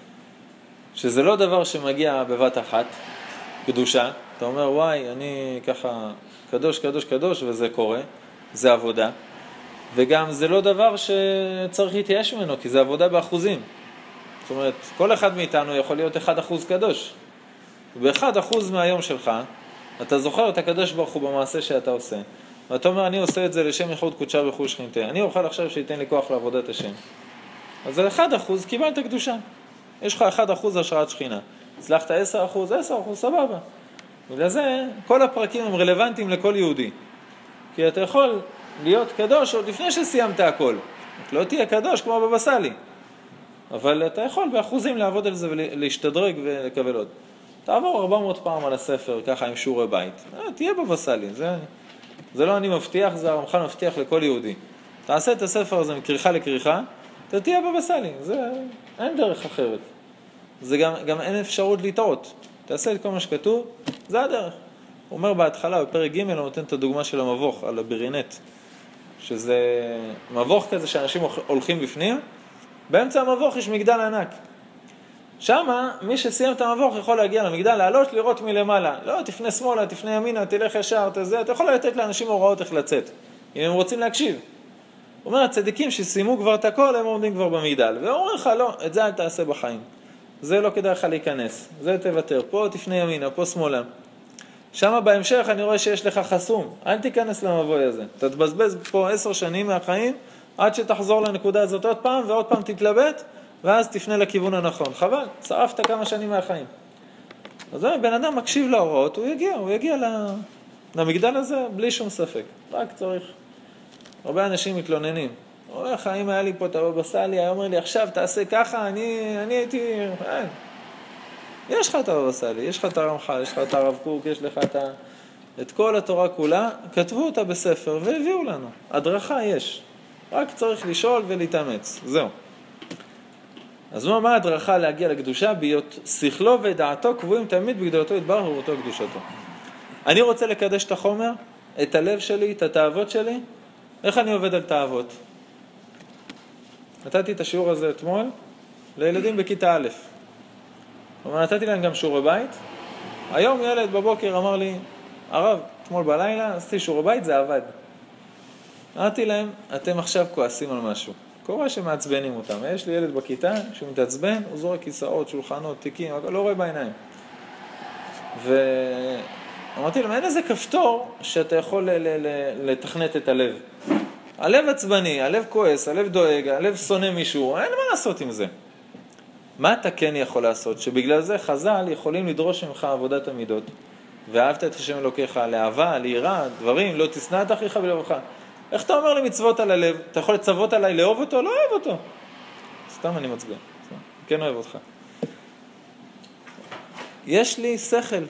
שזה לא דבר שמגיע בבת אחת, קדושה. אתה אומר וואי, אני ככה קדוש קדוש קדוש וזה קורה, זה עבודה. וגם זה לא דבר שצריך להתייאש ממנו, כי זה עבודה באחוזים. זאת אומרת, כל אחד מאיתנו יכול להיות אחד אחוז קדוש. באחד אחוז מהיום שלך, אתה זוכר את הקדוש ברוך הוא במעשה שאתה עושה. ואתה אומר, אני עושה את זה לשם ייחוד קודשה ורכוש שכינתה. אני אוכל עכשיו שייתן לי כוח לעבודת השם. אז על אחד אחוז קיבלת קדושה. יש לך אחד אחוז השראת שכינה. הצלחת עשר אחוז, עשר אחוז, סבבה. בגלל זה, כל הפרקים הם רלוונטיים לכל יהודי. כי אתה יכול להיות קדוש עוד לפני שסיימת הכל. לא תהיה קדוש כמו בבא סאלי. אבל אתה יכול באחוזים לעבוד על זה ולהשתדרג ולקבל עוד. תעבור ארבע מאות פעם על הספר, ככה עם שיעורי בית. תהיה בבא סאלי. זה, זה לא אני מבטיח, זה הרמח"ל מבטיח לכל יהודי. תעשה את הספר הזה מכריכה לכריכה, אתה תהיה בבא סאלי. זה, אין דרך אחרת. זה גם, גם אין אפשרות לטעות. תעשה את כל מה שכתוב, זה הדרך. הוא אומר בהתחלה, בפרק ג' הוא נותן את הדוגמה של המבוך, על הברינט. שזה מבוך כזה שאנשים הולכים בפנים, באמצע המבוך יש מגדל ענק. שמה, מי שסיים את המבוך יכול להגיע למגדל, לעלות, לראות מלמעלה. לא, תפנה שמאלה, תפנה ימינה, תלך ישר, תזה. אתה יכול לתת לאנשים הוראות איך לצאת, אם הם רוצים להקשיב. הוא אומר, הצדיקים שסיימו כבר את הכל, הם עומדים כבר במגדל. והוא אומר לך, לא, את זה אל תעשה בחיים. זה לא כדאי לך להיכנס. זה תוותר. פה תפנה ימינה, פה שמאלה. שמה בהמשך אני רואה שיש לך חסום. אל תיכנס למבוי הזה. אתה תבזבז פה עשר שנים מהחיים, עד שתחזור לנקודה הזאת עוד פעם, ועוד פעם תתלבט, ואז תפנה לכיוון הנכון. חבל, שרפת כמה שנים מהחיים. אז בן אדם מקשיב להוראות, הוא יגיע, הוא יגיע למגדל הזה בלי שום ספק. רק צריך. הרבה אנשים מתלוננים. הוא אומר לך, אם היה לי פה את הבבא סאלי, היה אומר לי, עכשיו תעשה ככה, אני, אני הייתי... אין. יש לך את הבבא סאלי, יש לך את הרמח"ל, יש לך את הרב קוק, יש לך את, ה... את כל התורה כולה, כתבו אותה בספר והביאו לנו. הדרכה יש. רק צריך לשאול ולהתאמץ. זהו. אז הוא אמר הדרכה להגיע לקדושה, בהיות שכלו ודעתו קבועים תמיד בגדולתו יתברך ובאותו קדושתו. אני רוצה לקדש את החומר, את הלב שלי, את התאוות שלי. איך אני עובד על תאוות? נתתי את השיעור הזה אתמול לילדים בכיתה א'. אבל נתתי להם גם שיעורי בית. היום ילד בבוקר אמר לי, הרב, אתמול בלילה עשיתי שיעורי בית, זה עבד. אמרתי להם, אתם עכשיו כועסים על משהו. קורה שמעצבנים אותם. יש לי ילד בכיתה, שהוא מתעצבן, הוא זורק כיסאות, שולחנות, תיקים, לא רואה בעיניים. ואמרתי להם, אין איזה כפתור שאתה יכול לתכנת את הלב. הלב עצבני, הלב כועס, הלב דואג, הלב שונא מישהו, אין מה לעשות עם זה. מה אתה כן יכול לעשות? שבגלל זה חז"ל יכולים לדרוש ממך עבודת המידות. ואהבת את השם אלוקיך, לאהבה, ליראה, דברים, לא תשנא את אחיך בלבבך. איך אתה אומר לי מצוות על הלב? אתה יכול לצוות עליי לאהוב אותו? לא אוהב אותו. סתם אני מצביע. כן אוהב אותך. יש לי שכל.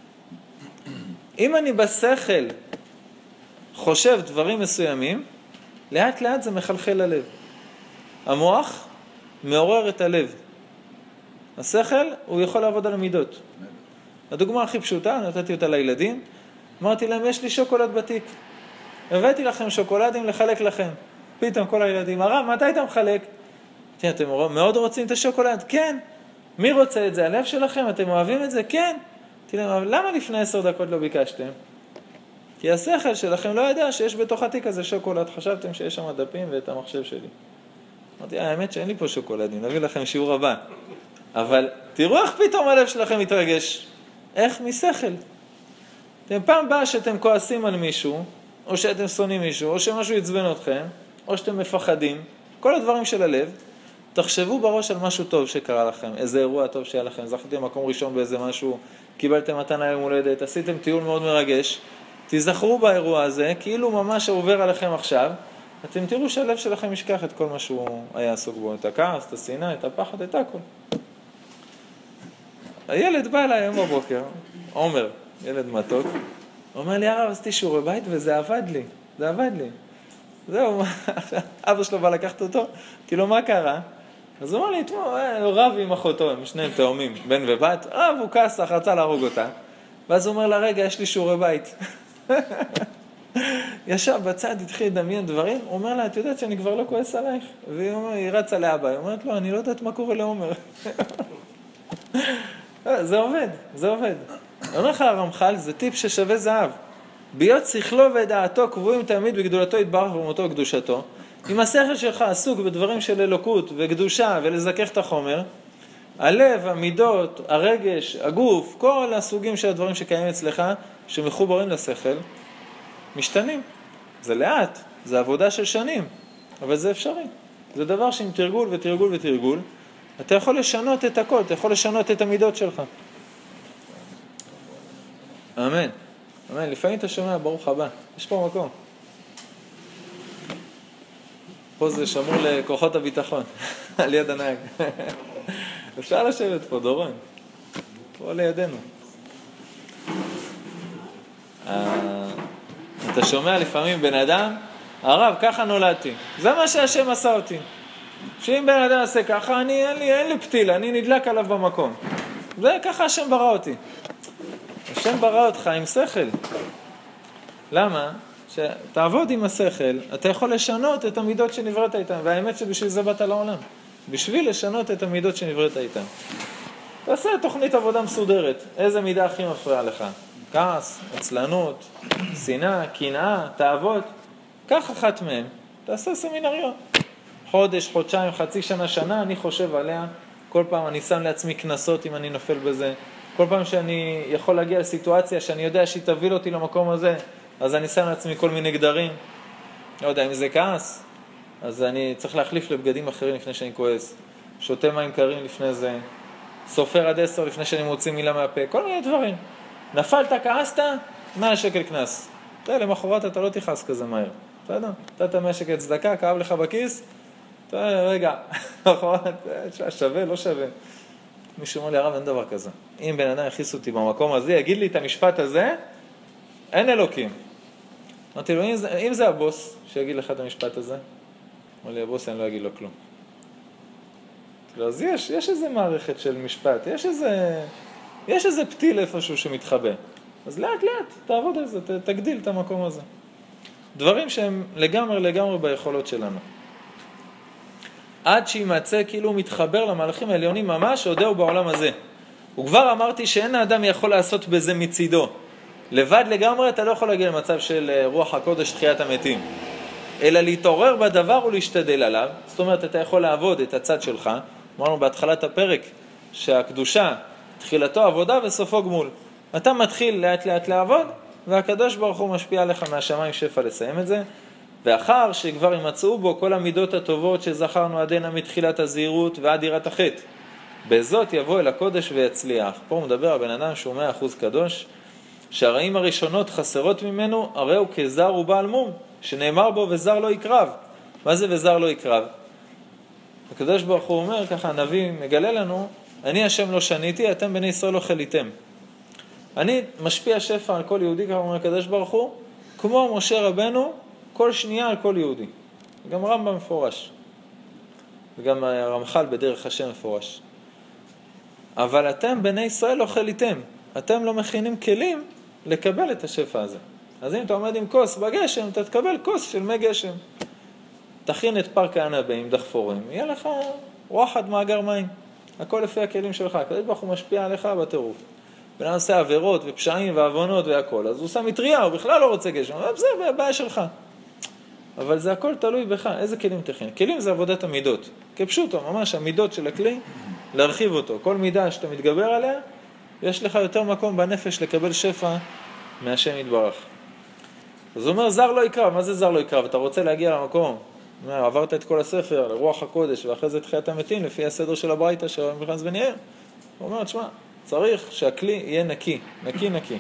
אם אני בשכל חושב דברים מסוימים, לאט לאט זה מחלחל ללב. המוח מעורר את הלב. השכל הוא יכול לעבוד על המידות. הדוגמה הכי פשוטה, נתתי אותה לילדים, אמרתי להם, יש לי שוקולד בתיק. הבאתי לכם שוקולדים לחלק לכם. פתאום כל הילדים, הרב, מתי אתה מחלק? תראה, אתם מאוד רוצים את השוקולד? כן. מי רוצה את זה? הלב שלכם? אתם אוהבים את זה? כן. תראה, למה לפני עשר דקות לא ביקשתם? כי השכל שלכם לא ידע שיש בתוך התיק הזה שוקולד. חשבתם שיש שם דפים ואת המחשב שלי. אמרתי, האמת שאין לי פה שוקולדים, נביא לכם שיעור הבא. אבל תראו איך פתאום הלב שלכם מתרגש. איך? משכל. אתם פעם באה שאתם כועסים על מישהו, או שאתם שונאים מישהו, או שמשהו יצבן אתכם, או שאתם מפחדים, כל הדברים של הלב, תחשבו בראש על משהו טוב שקרה לכם, איזה אירוע טוב שהיה לכם, זכיתם מקום ראשון באיזה משהו, קיבלתם מתנה יום הולדת, עשיתם טיול מאוד מרגש, תזכרו באירוע הזה, כאילו ממש עובר עליכם עכשיו, אתם תראו שהלב שלכם ישכח את כל מה שהוא היה עסוק בו, את הכעס, את השנאה, את הפחד, את הכל. הילד בא אליי היום בבוקר, עומר, ילד מתוק, הוא אומר לי, הרב, עשיתי שיעורי בית וזה עבד לי, זה עבד לי. זהו, אבא שלו בא לקחת אותו, כאילו מה קרה? אז הוא אמר לי, הוא רב עם אחותו, הם שניהם תאומים, בן ובת, רב הוא כסח, רצה להרוג אותה. ואז הוא אומר לה, רגע, יש לי שיעורי בית. ישב בצד, התחיל לדמיין דברים, הוא אומר לה, את יודעת שאני כבר לא כועס עלייך? והיא רצה לאבא, היא אומרת לו, אני לא יודעת מה קורה לעומר. זה עובד, זה עובד. אומר לך הרמח"ל, זה טיפ ששווה זהב. בהיות שכלו ודעתו קבועים תמיד בגדולתו יתברך ובאותו קדושתו. אם השכל שלך עסוק בדברים של אלוקות וקדושה ולזכך את החומר, הלב, המידות, הרגש, הגוף, כל הסוגים של הדברים שקיימים אצלך, שמחוברים לשכל, משתנים. זה לאט, זה עבודה של שנים, אבל זה אפשרי. זה דבר שעם תרגול ותרגול ותרגול, אתה יכול לשנות את הכל, אתה יכול לשנות את המידות שלך. אמן. אמן. לפעמים אתה שומע, ברוך הבא. יש פה מקום. פה זה שמור לכוחות הביטחון, על יד הנהג. אפשר לשבת פה, דורון. פה לידינו. אתה שומע לפעמים בן אדם, הרב, ככה נולדתי. זה מה שהשם עשה אותי. שאם בן אדם עושה ככה, אני, אין לי, אין לי פתילה, אני נדלק עליו במקום. זה ככה השם ברא אותי. השם ברא אותך עם שכל. למה? שתעבוד עם השכל, אתה יכול לשנות את המידות שנבראת איתן, והאמת שבשביל זה באת לעולם. בשביל לשנות את המידות שנבראת איתן. תעשה תוכנית עבודה מסודרת. איזה מידה הכי מפריעה לך? כעס, עצלנות, שנאה, קנאה, תאוות. קח אחת מהן, תעשה סמינריון. חודש, חודשיים, חצי שנה, שנה, אני חושב עליה. כל פעם אני שם לעצמי כנסות אם אני נופל בזה. כל פעם שאני יכול להגיע לסיטואציה שאני יודע שהיא תביא אותי למקום הזה, אז אני שם לעצמי כל מיני גדרים. לא יודע, אם זה כעס, אז אני צריך להחליף לבגדים אחרים לפני שאני כועס. שותה מים קרים לפני זה. סופר עד עשר לפני שאני מוציא מילה מהפה. כל מיני דברים. נפלת, כעסת, מאה שקל כנס. אתה, למחרת אתה לא תכעס כזה מהר. אתה יודע, אתה מאה שקל צדקה, כאב לך בכיס. אתה, רגע, למחרת, שווה, לא שווה. מישהו אומר לי, הרב, אין דבר כזה. אם בן אדם יכניס אותי במקום הזה, יגיד לי את המשפט הזה, אין אלוקים. אמרתי לו, אם זה, אם זה הבוס שיגיד לך את המשפט הזה, אמר לי, הבוס, אני לא אגיד לו כלום. אז יש, יש איזה מערכת של משפט, יש איזה, יש איזה פתיל איפשהו שמתחבא. אז לאט לאט תעבוד על זה, ת, תגדיל את המקום הזה. דברים שהם לגמרי לגמרי ביכולות שלנו. עד שימצא כאילו הוא מתחבר למהלכים העליונים ממש, עודהו בעולם הזה. וכבר אמרתי שאין האדם יכול לעשות בזה מצידו. לבד לגמרי אתה לא יכול להגיע למצב של רוח הקודש, תחיית המתים. אלא להתעורר בדבר ולהשתדל עליו. זאת אומרת, אתה יכול לעבוד את הצד שלך. אמרנו בהתחלת הפרק שהקדושה, תחילתו עבודה וסופו גמול. אתה מתחיל לאט לאט לעבוד, והקדוש ברוך הוא משפיע עליך מהשמיים שפע לסיים את זה. ואחר שכבר ימצאו בו כל המידות הטובות שזכרנו עדינה מתחילת הזהירות ועד יראת החטא. בזאת יבוא אל הקודש ויצליח. פה הוא מדבר על בן אדם שהוא מאה אחוז קדוש, שהרעים הראשונות חסרות ממנו, הרי הוא כזר ובעל מום, שנאמר בו וזר לא יקרב. מה זה וזר לא יקרב? הקדוש ברוך הוא אומר, ככה הנביא מגלה לנו, אני השם לא שניתי, אתם בני ישראל לא חליתם. אני משפיע שפע על כל יהודי, ככה אומר הקדוש ברוך הוא, כמו משה רבנו, כל שנייה על כל יהודי. גם רמב"ם מפורש. וגם הרמח"ל בדרך השם מפורש. אבל אתם בני ישראל לא חליתם. אתם לא מכינים כלים לקבל את השפע הזה. אז אם אתה עומד עם כוס בגשם, אתה תקבל כוס של מי גשם. תכין את פארק הענבה עם דחפורים, יהיה לך וואחד מאגר מים. הכל לפי הכלים שלך. הקדוש ברוך הוא משפיע עליך בטירוף. בן אדם עושה עבירות ופשעים ועוונות והכל, אז הוא שם מטריה, הוא בכלל לא רוצה גשם. זה בעיה שלך. אבל זה הכל תלוי בך. איזה כלים תכין? כלים זה עבודת המידות. כפשוטו, ממש המידות של הכלי, להרחיב אותו. כל מידה שאתה מתגבר עליה, יש לך יותר מקום בנפש לקבל שפע מהשם יתברך. אז הוא אומר, זר לא יקרב. מה זה זר לא יקרב? אתה רוצה להגיע למקום. אומר, עברת את כל הספר לרוח הקודש, ואחרי זה תחיית המתים, לפי הסדר של הברייתא של רבי נחמן בן יאיר. הוא אומר, תשמע, צריך שהכלי יהיה נקי, נקי נקי.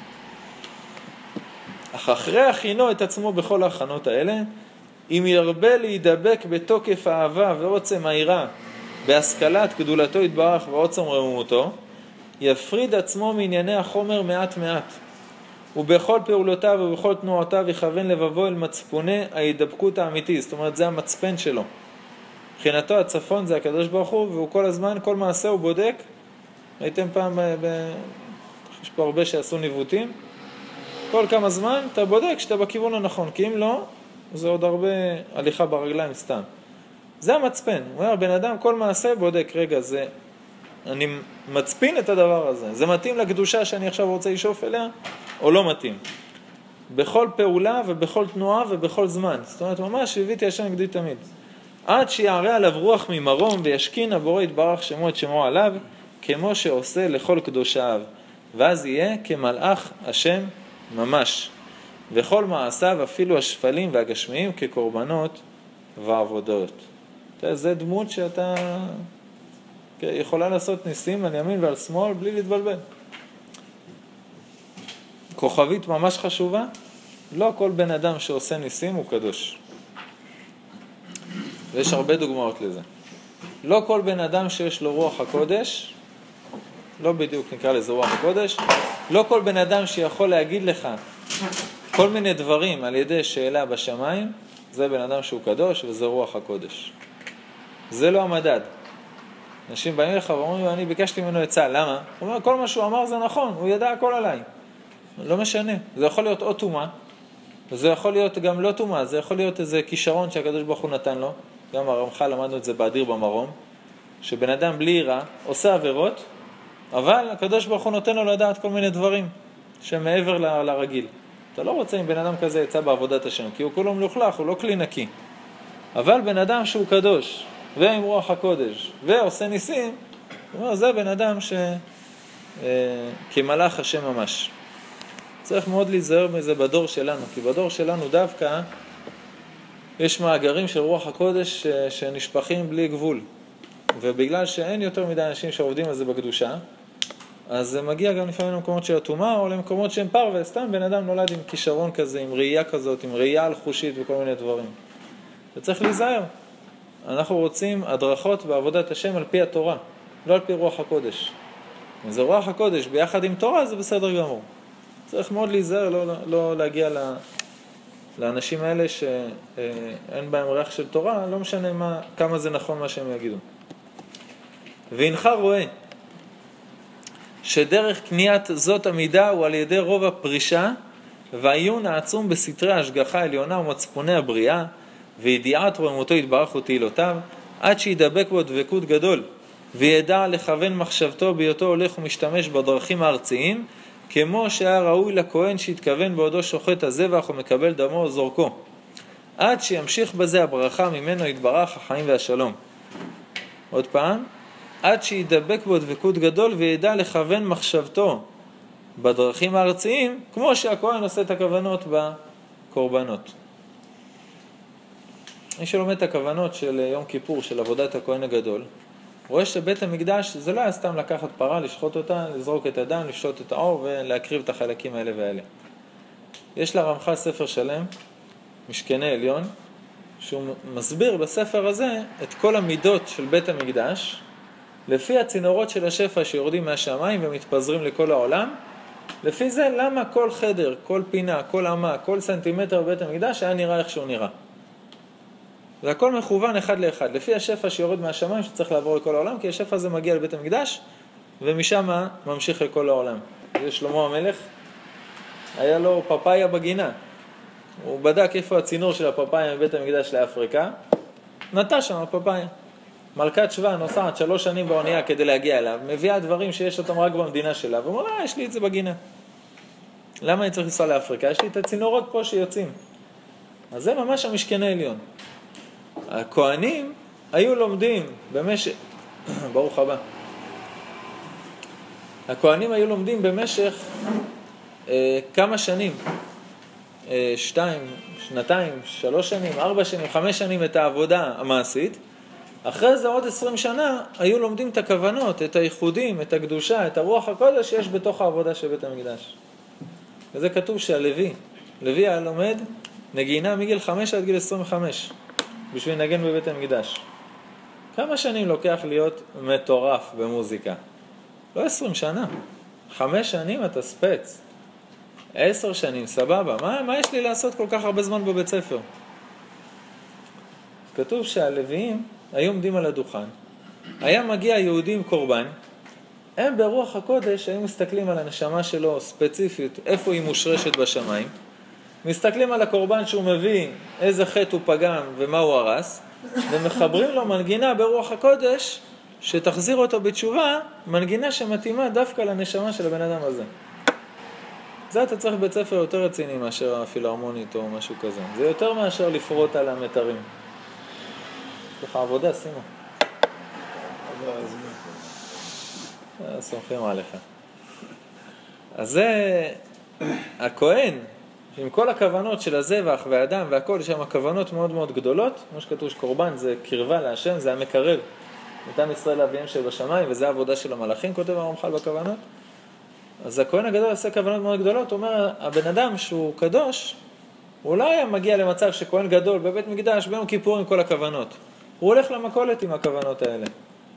אך אחרי הכינו את עצמו בכל ההכנות האלה, אם ירבה להידבק בתוקף האהבה ועוצם העירה, בהשכלת גדולתו יתברך ועוצם רוממותו, יפריד עצמו מענייני החומר מעט מעט, ובכל פעולותיו ובכל תנועותיו יכוון לבבו אל מצפוני ההידבקות האמיתית. זאת אומרת, זה המצפן שלו. מבחינתו הצפון זה הקדוש ברוך הוא, והוא כל הזמן, כל מעשה הוא בודק. ראיתם פעם, ב... יש פה הרבה שעשו ניווטים, כל כמה זמן אתה בודק שאתה בכיוון הנכון, כי אם לא, זה עוד הרבה הליכה ברגליים סתם. זה המצפן. הוא אומר, בן אדם כל מעשה בודק, רגע, זה, אני מצפין את הדבר הזה. זה מתאים לקדושה שאני עכשיו רוצה לשאוף אליה, או לא מתאים? בכל פעולה ובכל תנועה ובכל זמן. זאת אומרת, ממש הביאתי השם נגדי תמיד. עד שיערה עליו רוח ממרום וישכין הבורא יתברך שמו את שמו עליו, כמו שעושה לכל קדושיו. ואז יהיה כמלאך השם ממש. וכל מעשיו, אפילו השפלים והגשמיים, כקורבנות ועבודות. זה דמות שאתה יכולה לעשות ניסים על ימין ועל שמאל בלי להתבלבל. כוכבית ממש חשובה, לא כל בן אדם שעושה ניסים הוא קדוש. ויש הרבה דוגמאות לזה. לא כל בן אדם שיש לו רוח הקודש, לא בדיוק נקרא לזה רוח הקודש, לא כל בן אדם שיכול להגיד לך כל מיני דברים על ידי שאלה בשמיים, זה בן אדם שהוא קדוש וזה רוח הקודש. זה לא המדד. אנשים באים לך ואומרים, אני ביקשתי ממנו עצה, למה? הוא אומר, כל מה שהוא אמר זה נכון, הוא ידע הכל עליי. לא משנה, זה יכול להיות או תומה, וזה יכול להיות גם לא תומה, זה יכול להיות איזה כישרון שהקדוש ברוך הוא נתן לו, גם הרמח"ל למדנו את זה באדיר במרום, שבן אדם בלי יראה עושה עבירות, אבל הקדוש ברוך הוא נותן לו לדעת כל מיני דברים שמעבר ל- לרגיל. אתה לא רוצה עם בן אדם כזה יצא בעבודת השם, כי הוא כולו מלוכלך, הוא לא כלי נקי. אבל בן אדם שהוא קדוש, ועם רוח הקודש, ועושה ניסים, הוא אומר, זה בן אדם ש... כמלאך השם ממש. צריך מאוד להיזהר מזה בדור שלנו, כי בדור שלנו דווקא יש מאגרים של רוח הקודש שנשפכים בלי גבול. ובגלל שאין יותר מדי אנשים שעובדים על זה בקדושה, אז זה מגיע גם לפעמים למקומות של התומה, או למקומות שהם פרווה. סתם בן אדם נולד עם כישרון כזה, עם ראייה כזאת, עם ראייה על חושית וכל מיני דברים. וצריך להיזהר. אנחנו רוצים הדרכות בעבודת השם על פי התורה, לא על פי רוח הקודש. אם זה רוח הקודש ביחד עם תורה, זה בסדר גמור. צריך מאוד להיזהר, לא, לא להגיע ל, לאנשים האלה שאין בהם ריח של תורה, לא משנה מה, כמה זה נכון מה שהם יגידו. והנך רואה שדרך קניית זאת המידה הוא על ידי רוב הפרישה והעיון העצום בסתרי ההשגחה העליונה ומצפוני הבריאה וידיעת רוממותו יתברך ותהילותיו עד שידבק בו דבקות גדול וידע לכוון מחשבתו בהיותו הולך ומשתמש בדרכים הארציים כמו שהיה ראוי לכהן שהתכוון בעודו שוחט הזבח ומקבל דמו או זורקו עד שימשיך בזה הברכה ממנו יתברך החיים והשלום. עוד פעם, עד שידבק בו דבקות גדול וידע לכוון מחשבתו בדרכים הארציים כמו שהכהן עושה את הכוונות בקורבנות. מי שלומד את הכוונות של יום כיפור של עבודת הכהן הגדול רואה שבית המקדש זה לא היה סתם לקחת פרה, לשחוט אותה, לזרוק את הדם, לפשוט את העור ולהקריב את החלקים האלה והאלה. יש לרמח"ל ספר שלם, משכני עליון, שהוא מסביר בספר הזה את כל המידות של בית המקדש, לפי הצינורות של השפע שיורדים מהשמיים ומתפזרים לכל העולם, לפי זה למה כל חדר, כל פינה, כל אמה, כל סנטימטר בבית המקדש היה נראה איך שהוא נראה. זה הכל מכוון אחד לאחד, לפי השפע שיורד מהשמיים שצריך לעבור לכל העולם, כי השפע הזה מגיע לבית המקדש, ומשם ממשיך לכל העולם. זה שלמה המלך, היה לו פפאיה בגינה. הוא בדק איפה הצינור של הפפאיה מבית המקדש לאפריקה, נטע שם הפפאיה. מלכת שבא נוסעת שלוש שנים באונייה כדי להגיע אליו, מביאה דברים שיש אותם רק במדינה שלה, ואומר, אה, יש לי את זה בגינה. למה אני צריך לנסוע לאפריקה? יש לי את הצינורות פה שיוצאים. אז זה ממש המשכני עליון. הכהנים היו לומדים במשך, ברוך הבא, הכהנים היו לומדים במשך אה, כמה שנים, אה, שתיים, שנתיים, שלוש שנים, ארבע שנים, חמש שנים את העבודה המעשית, אחרי זה עוד עשרים שנה היו לומדים את הכוונות, את הייחודים, את הקדושה, את הרוח הקודש שיש בתוך העבודה של בית המקדש. וזה כתוב שהלוי, לוי היה לומד נגינה מגיל חמש עד גיל עשרים וחמש. בשביל לנגן בבית המקדש. כמה שנים לוקח להיות מטורף במוזיקה? לא עשרים שנה. חמש שנים אתה ספץ. עשר שנים, סבבה. מה, מה יש לי לעשות כל כך הרבה זמן בבית ספר? כתוב שהלוויים היו עומדים על הדוכן. היה מגיע יהודי עם קורבן. הם ברוח הקודש היו מסתכלים על הנשמה שלו ספציפית, איפה היא מושרשת בשמיים. מסתכלים על הקורבן שהוא מביא, איזה חטא הוא פגם ומה הוא הרס, ומחברים לו מנגינה ברוח הקודש, שתחזיר אותו בתשובה, מנגינה שמתאימה דווקא לנשמה של הבן אדם הזה. זה אתה צריך בית ספר יותר רציני מאשר הפילהרמונית או משהו כזה. זה יותר מאשר לפרוט על המתרים. יש לך עבודה, שימו. סומכים עליך. אז זה הכהן, עם כל הכוונות של הזבח והאדם והכל, יש שם הכוונות מאוד מאוד גדולות, כמו שכתוב שקורבן זה קרבה להשם, זה המקרב את עם ישראל לאביהם שבשמיים, וזה העבודה של המלאכים, כותב הרמח"ל בכוונות. אז הכהן הגדול עושה כוונות מאוד גדולות, הוא אומר, הבן אדם שהוא קדוש, הוא לא היה מגיע למצב שכהן גדול בבית מקדש, ביום כיפור עם כל הכוונות. הוא הולך למכולת עם הכוונות האלה.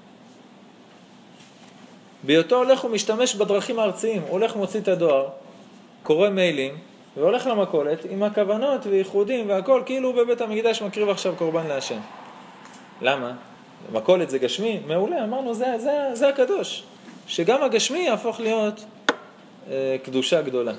בהיותו הולך הוא משתמש בדרכים הארציים, הוא הולך מוציא את הדואר, קורא מיילים, והולך למכולת עם הכוונות וייחודים והכל, כאילו בבית המקדש מקריב עכשיו קורבן להשם. למה? מכולת זה גשמי? מעולה, אמרנו, זה, זה, זה הקדוש. שגם הגשמי יהפוך להיות אה, קדושה גדולה.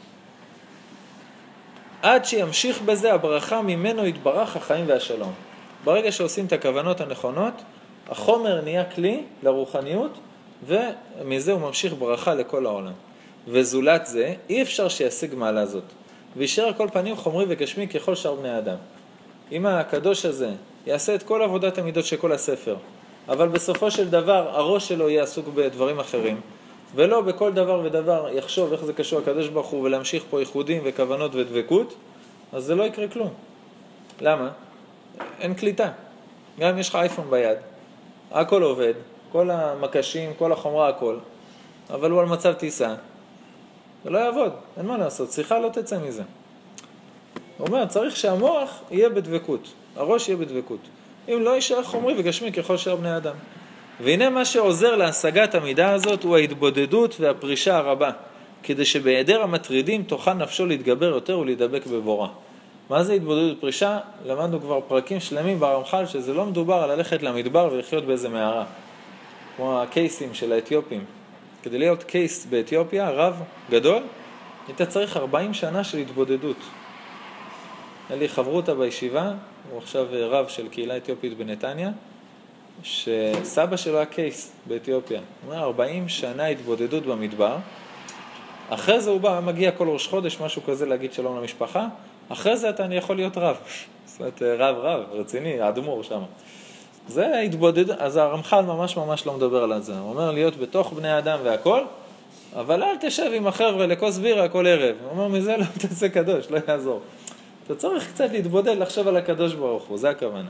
עד שימשיך בזה הברכה ממנו יתברך החיים והשלום. ברגע שעושים את הכוונות הנכונות, החומר נהיה כלי לרוחניות, ומזה הוא ממשיך ברכה לכל העולם. וזולת זה, אי אפשר שישיג מעלה זאת. וישאר כל פנים חומרי וגשמי ככל שאר בני האדם. אם הקדוש הזה יעשה את כל עבודת המידות של כל הספר, אבל בסופו של דבר הראש שלו יהיה עסוק בדברים אחרים, ולא בכל דבר ודבר יחשוב איך זה קשור הקדוש ברוך הוא ולהמשיך פה ייחודים וכוונות ודבקות, אז זה לא יקרה כלום. למה? אין קליטה. גם אם יש לך אייפון ביד, הכל עובד, כל המקשים, כל החומרה, הכל, אבל הוא על מצב טיסה, זה לא יעבוד, אין מה לעשות, שיחה לא תצא מזה. הוא אומר, צריך שהמוח יהיה בדבקות, הראש יהיה בדבקות. אם לא יישאר חומרי וגשמי ככל שאר בני אדם. והנה מה שעוזר להשגת המידה הזאת הוא ההתבודדות והפרישה הרבה, כדי שבהיעדר המטרידים תוכל נפשו להתגבר יותר ולהידבק בבורה. מה זה התבודדות ופרישה? למדנו כבר פרקים שלמים ברמח"ל שזה לא מדובר על ללכת למדבר ולחיות באיזה מערה. כמו הקייסים של האתיופים. כדי להיות קייס באתיופיה, רב גדול, היית צריך ארבעים שנה של התבודדות. היה לי חברותה בישיבה, הוא עכשיו רב של קהילה אתיופית בנתניה, שסבא שלו היה קייס באתיופיה. הוא אומר, ארבעים שנה התבודדות במדבר, אחרי זה הוא בא, מגיע כל ראש חודש, משהו כזה להגיד שלום למשפחה, אחרי זה אתה אני יכול להיות רב. זאת אומרת, רב רב, רציני, האדמו"ר שם. זה התבודדות, אז הרמח"ל ממש ממש לא מדבר על זה. הוא אומר להיות בתוך בני אדם והכל, אבל אל תשב עם החבר'ה לכוס בירה כל ערב. הוא אומר, מזה לא תעשה קדוש, לא יעזור. אתה צריך קצת להתבודד, לחשוב על הקדוש ברוך הוא, זה הכוונה.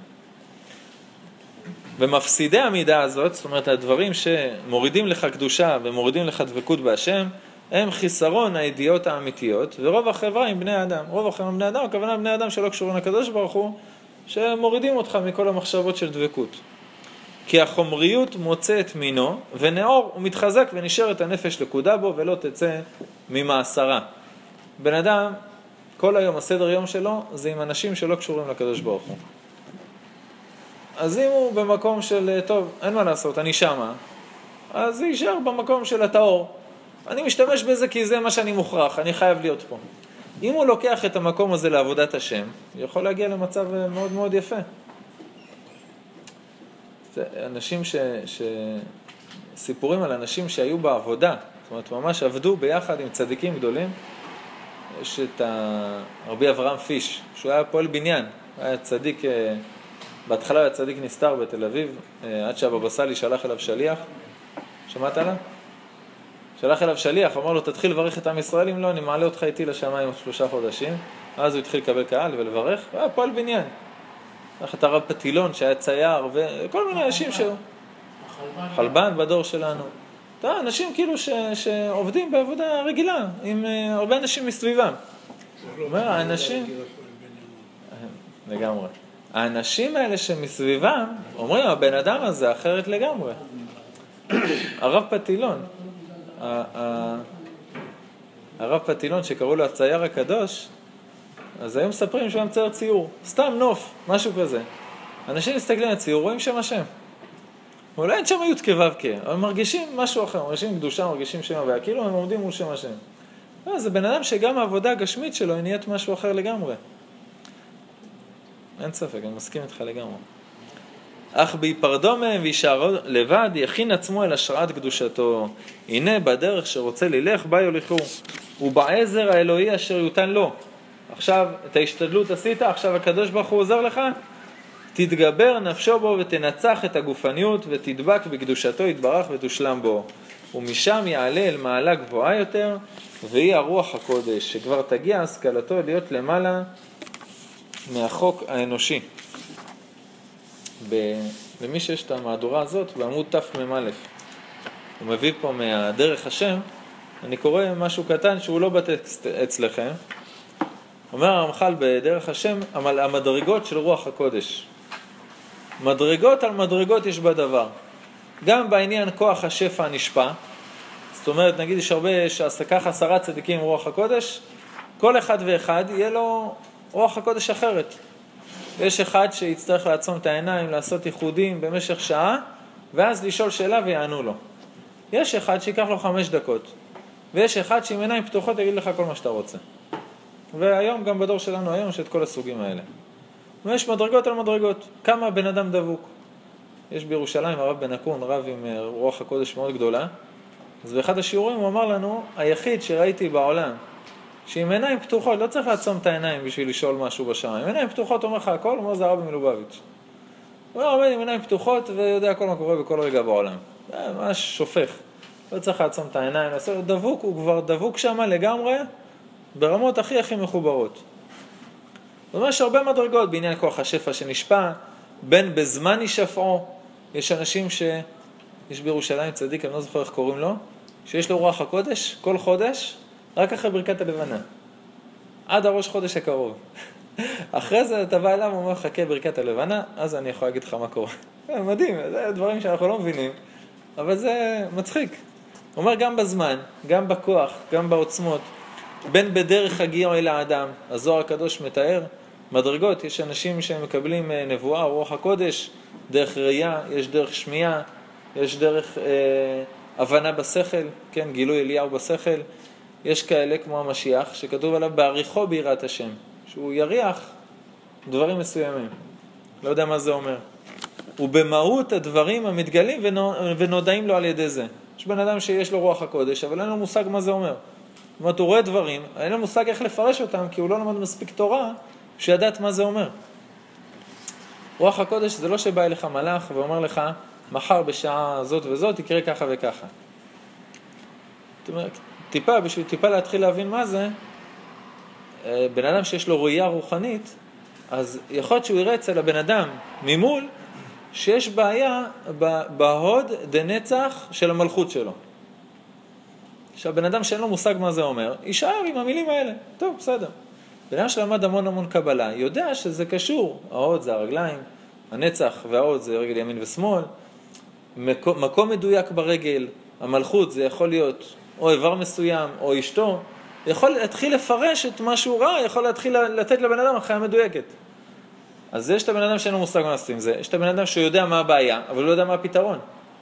ומפסידי המידה הזאת, זאת אומרת, הדברים שמורידים לך קדושה ומורידים לך דבקות בהשם, הם חיסרון הידיעות האמיתיות, ורוב החברה עם בני אדם. רוב החברה עם בני אדם, הכוונה בני אדם שלא קשורים לקדוש ברוך הוא, שמורידים אותך מכל המחשבות של דבקות. כי החומריות מוצאת מינו, ונאור הוא מתחזק ונשארת הנפש לקודה בו, ולא תצא ממאסרה. בן אדם, כל היום, הסדר יום שלו, זה עם אנשים שלא קשורים לקדוש ברוך הוא. אז אם הוא במקום של, טוב, אין מה לעשות, אני שמה, אז זה יישאר במקום של התאור. אני משתמש בזה כי זה מה שאני מוכרח, אני חייב להיות פה. אם הוא לוקח את המקום הזה לעבודת השם, הוא יכול להגיע למצב מאוד מאוד יפה. אנשים ש... ש... סיפורים על אנשים שהיו בעבודה, זאת אומרת, ממש עבדו ביחד עם צדיקים גדולים. יש את רבי אברהם פיש, שהוא היה פועל בניין, היה צדיק, בהתחלה היה צדיק נסתר בתל אביב, עד שהבבא סאלי שלח אליו שליח. שמעת עליו? שלח אליו שליח, אמר לו, תתחיל לברך את עם ישראל, אם לא, אני מעלה אותך איתי לשמיים עוד שלושה חודשים. אז הוא התחיל לקבל קהל ולברך, והיה פועל בניין. איך את הרב פתילון שהיה צייר, וכל מיני אנשים שהוא... חלבן בדור שלנו. אתה, אנשים כאילו ש... שעובדים בעבודה רגילה, עם הרבה אנשים מסביבם. אומר, האנשים... לגמרי. האנשים האלה שמסביבם, אומרים, הבן אדם הזה אחרת לגמרי. הרב פתילון, הרב פתילון שקראו לו הצייר הקדוש, אז היום מספרים שהוא מצייר ציור, סתם נוף, משהו כזה. אנשים מסתכלים על ציור, רואים שם השם. אולי אין שם י' כו' כ', אבל מרגישים משהו אחר, מרגישים קדושה, מרגישים שם הוויה, כאילו הם עומדים מול שם השם. זה בן אדם שגם העבודה הגשמית שלו היא נהיית משהו אחר לגמרי. אין ספק, אני מסכים איתך לגמרי. אך בהיפרדו מהם וישארו לבד, יכין עצמו אל השראת קדושתו. הנה בדרך שרוצה ללך, בה יוליכו. ובעזר האלוהי אשר יותן לו. עכשיו, את ההשתדלות עשית, עכשיו הקדוש ברוך הוא עוזר לך, תתגבר נפשו בו ותנצח את הגופניות ותדבק בקדושתו יתברך ותושלם בו. ומשם יעלה אל מעלה גבוהה יותר, והיא הרוח הקודש, שכבר תגיע השכלתו להיות למעלה מהחוק האנושי. למי שיש את המהדורה הזאת, בעמוד תמ"א. הוא מביא פה מהדרך השם, אני קורא משהו קטן שהוא לא בטקסט אצלכם. אומר הרמח"ל בדרך השם, על המדרגות של רוח הקודש. מדרגות על מדרגות יש בדבר. גם בעניין כוח השפע נשפע, זאת אומרת, נגיד יש הרבה שעסקך עשרה צדיקים עם רוח הקודש, כל אחד ואחד יהיה לו רוח הקודש אחרת. יש אחד שיצטרך לעצום את העיניים, לעשות ייחודים במשך שעה, ואז לשאול שאלה ויענו לו. יש אחד שיקח לו חמש דקות, ויש אחד שעם עיניים פתוחות יגיד לך כל מה שאתה רוצה. והיום, גם בדור שלנו היום, יש את כל הסוגים האלה. ויש מדרגות על מדרגות. כמה בן אדם דבוק. יש בירושלים הרב בן אקון, רב עם רוח הקודש מאוד גדולה. אז באחד השיעורים הוא אמר לנו, היחיד שראיתי בעולם, שעם עיניים פתוחות, לא צריך לעצום את העיניים בשביל לשאול משהו בשעה. עם עיניים פתוחות אומר לך הכל, הוא אומר זה הרב מלובביץ'. הוא עומד עם עיניים פתוחות ויודע כל מה קורה בכל רגע בעולם. זה ממש שופך. לא צריך לעצום את העיניים. דבוק, הוא כבר דבוק שם לגמרי, ברמות הכי הכי מחוברות. זאת אומרת שהרבה מדרגות בעניין כוח השפע שנשפע, בין בזמן ישפעו. יש אנשים שיש בירושלים צדיק, אני לא זוכר איך קוראים לו, שיש לו רוח הקודש כל חודש, רק אחרי ברכת הלבנה. עד הראש חודש הקרוב. אחרי זה אתה בא אליו ואומר, חכה ברכת הלבנה, אז אני יכול להגיד לך מה קורה. מדהים, זה דברים שאנחנו לא מבינים, אבל זה מצחיק. הוא אומר גם בזמן, גם בכוח, גם בעוצמות, בין בדרך הגיעו אל האדם, הזוהר הקדוש מתאר, מדרגות, יש אנשים שמקבלים נבואה, רוח הקודש, דרך ראייה, יש דרך שמיעה, יש דרך אה, הבנה בשכל, כן, גילוי אליהו בשכל, יש כאלה כמו המשיח, שכתוב עליו בעריכו ביראת השם, שהוא יריח דברים מסוימים, לא יודע מה זה אומר. ובמהות הדברים המתגלים ונודעים לו על ידי זה. יש בן אדם שיש לו רוח הקודש, אבל אין לו מושג מה זה אומר. זאת אומרת, הוא רואה דברים, אין לו מושג איך לפרש אותם, כי הוא לא למד מספיק תורה, שידעת מה זה אומר. רוח הקודש זה לא שבא אליך מלאך ואומר לך, מחר בשעה הזאת וזאת יקרה ככה וככה. זאת אומרת, טיפה, בשביל טיפה להתחיל להבין מה זה, בן אדם שיש לו ראייה רוחנית, אז יכול להיות שהוא יראה אצל הבן אדם ממול, שיש בעיה בהוד דנצח של המלכות שלו. שהבן אדם שאין לו מושג מה זה אומר, יישאר עם המילים האלה. טוב, בסדר. בן אדם שלמד המון המון קבלה, יודע שזה קשור. ההוד זה הרגליים, הנצח וההוד זה רגל ימין ושמאל. מקום, מקום מדויק ברגל, המלכות זה יכול להיות או איבר מסוים או אשתו. יכול להתחיל לפרש את מה שהוא ראה, יכול להתחיל לתת לבן אדם החיה מדויקת. אז יש את הבן אדם שאין לו מושג מה לעשות עם זה. יש את הבן אדם שיודע מה הבעיה, אבל הוא לא יודע מה הפתרון.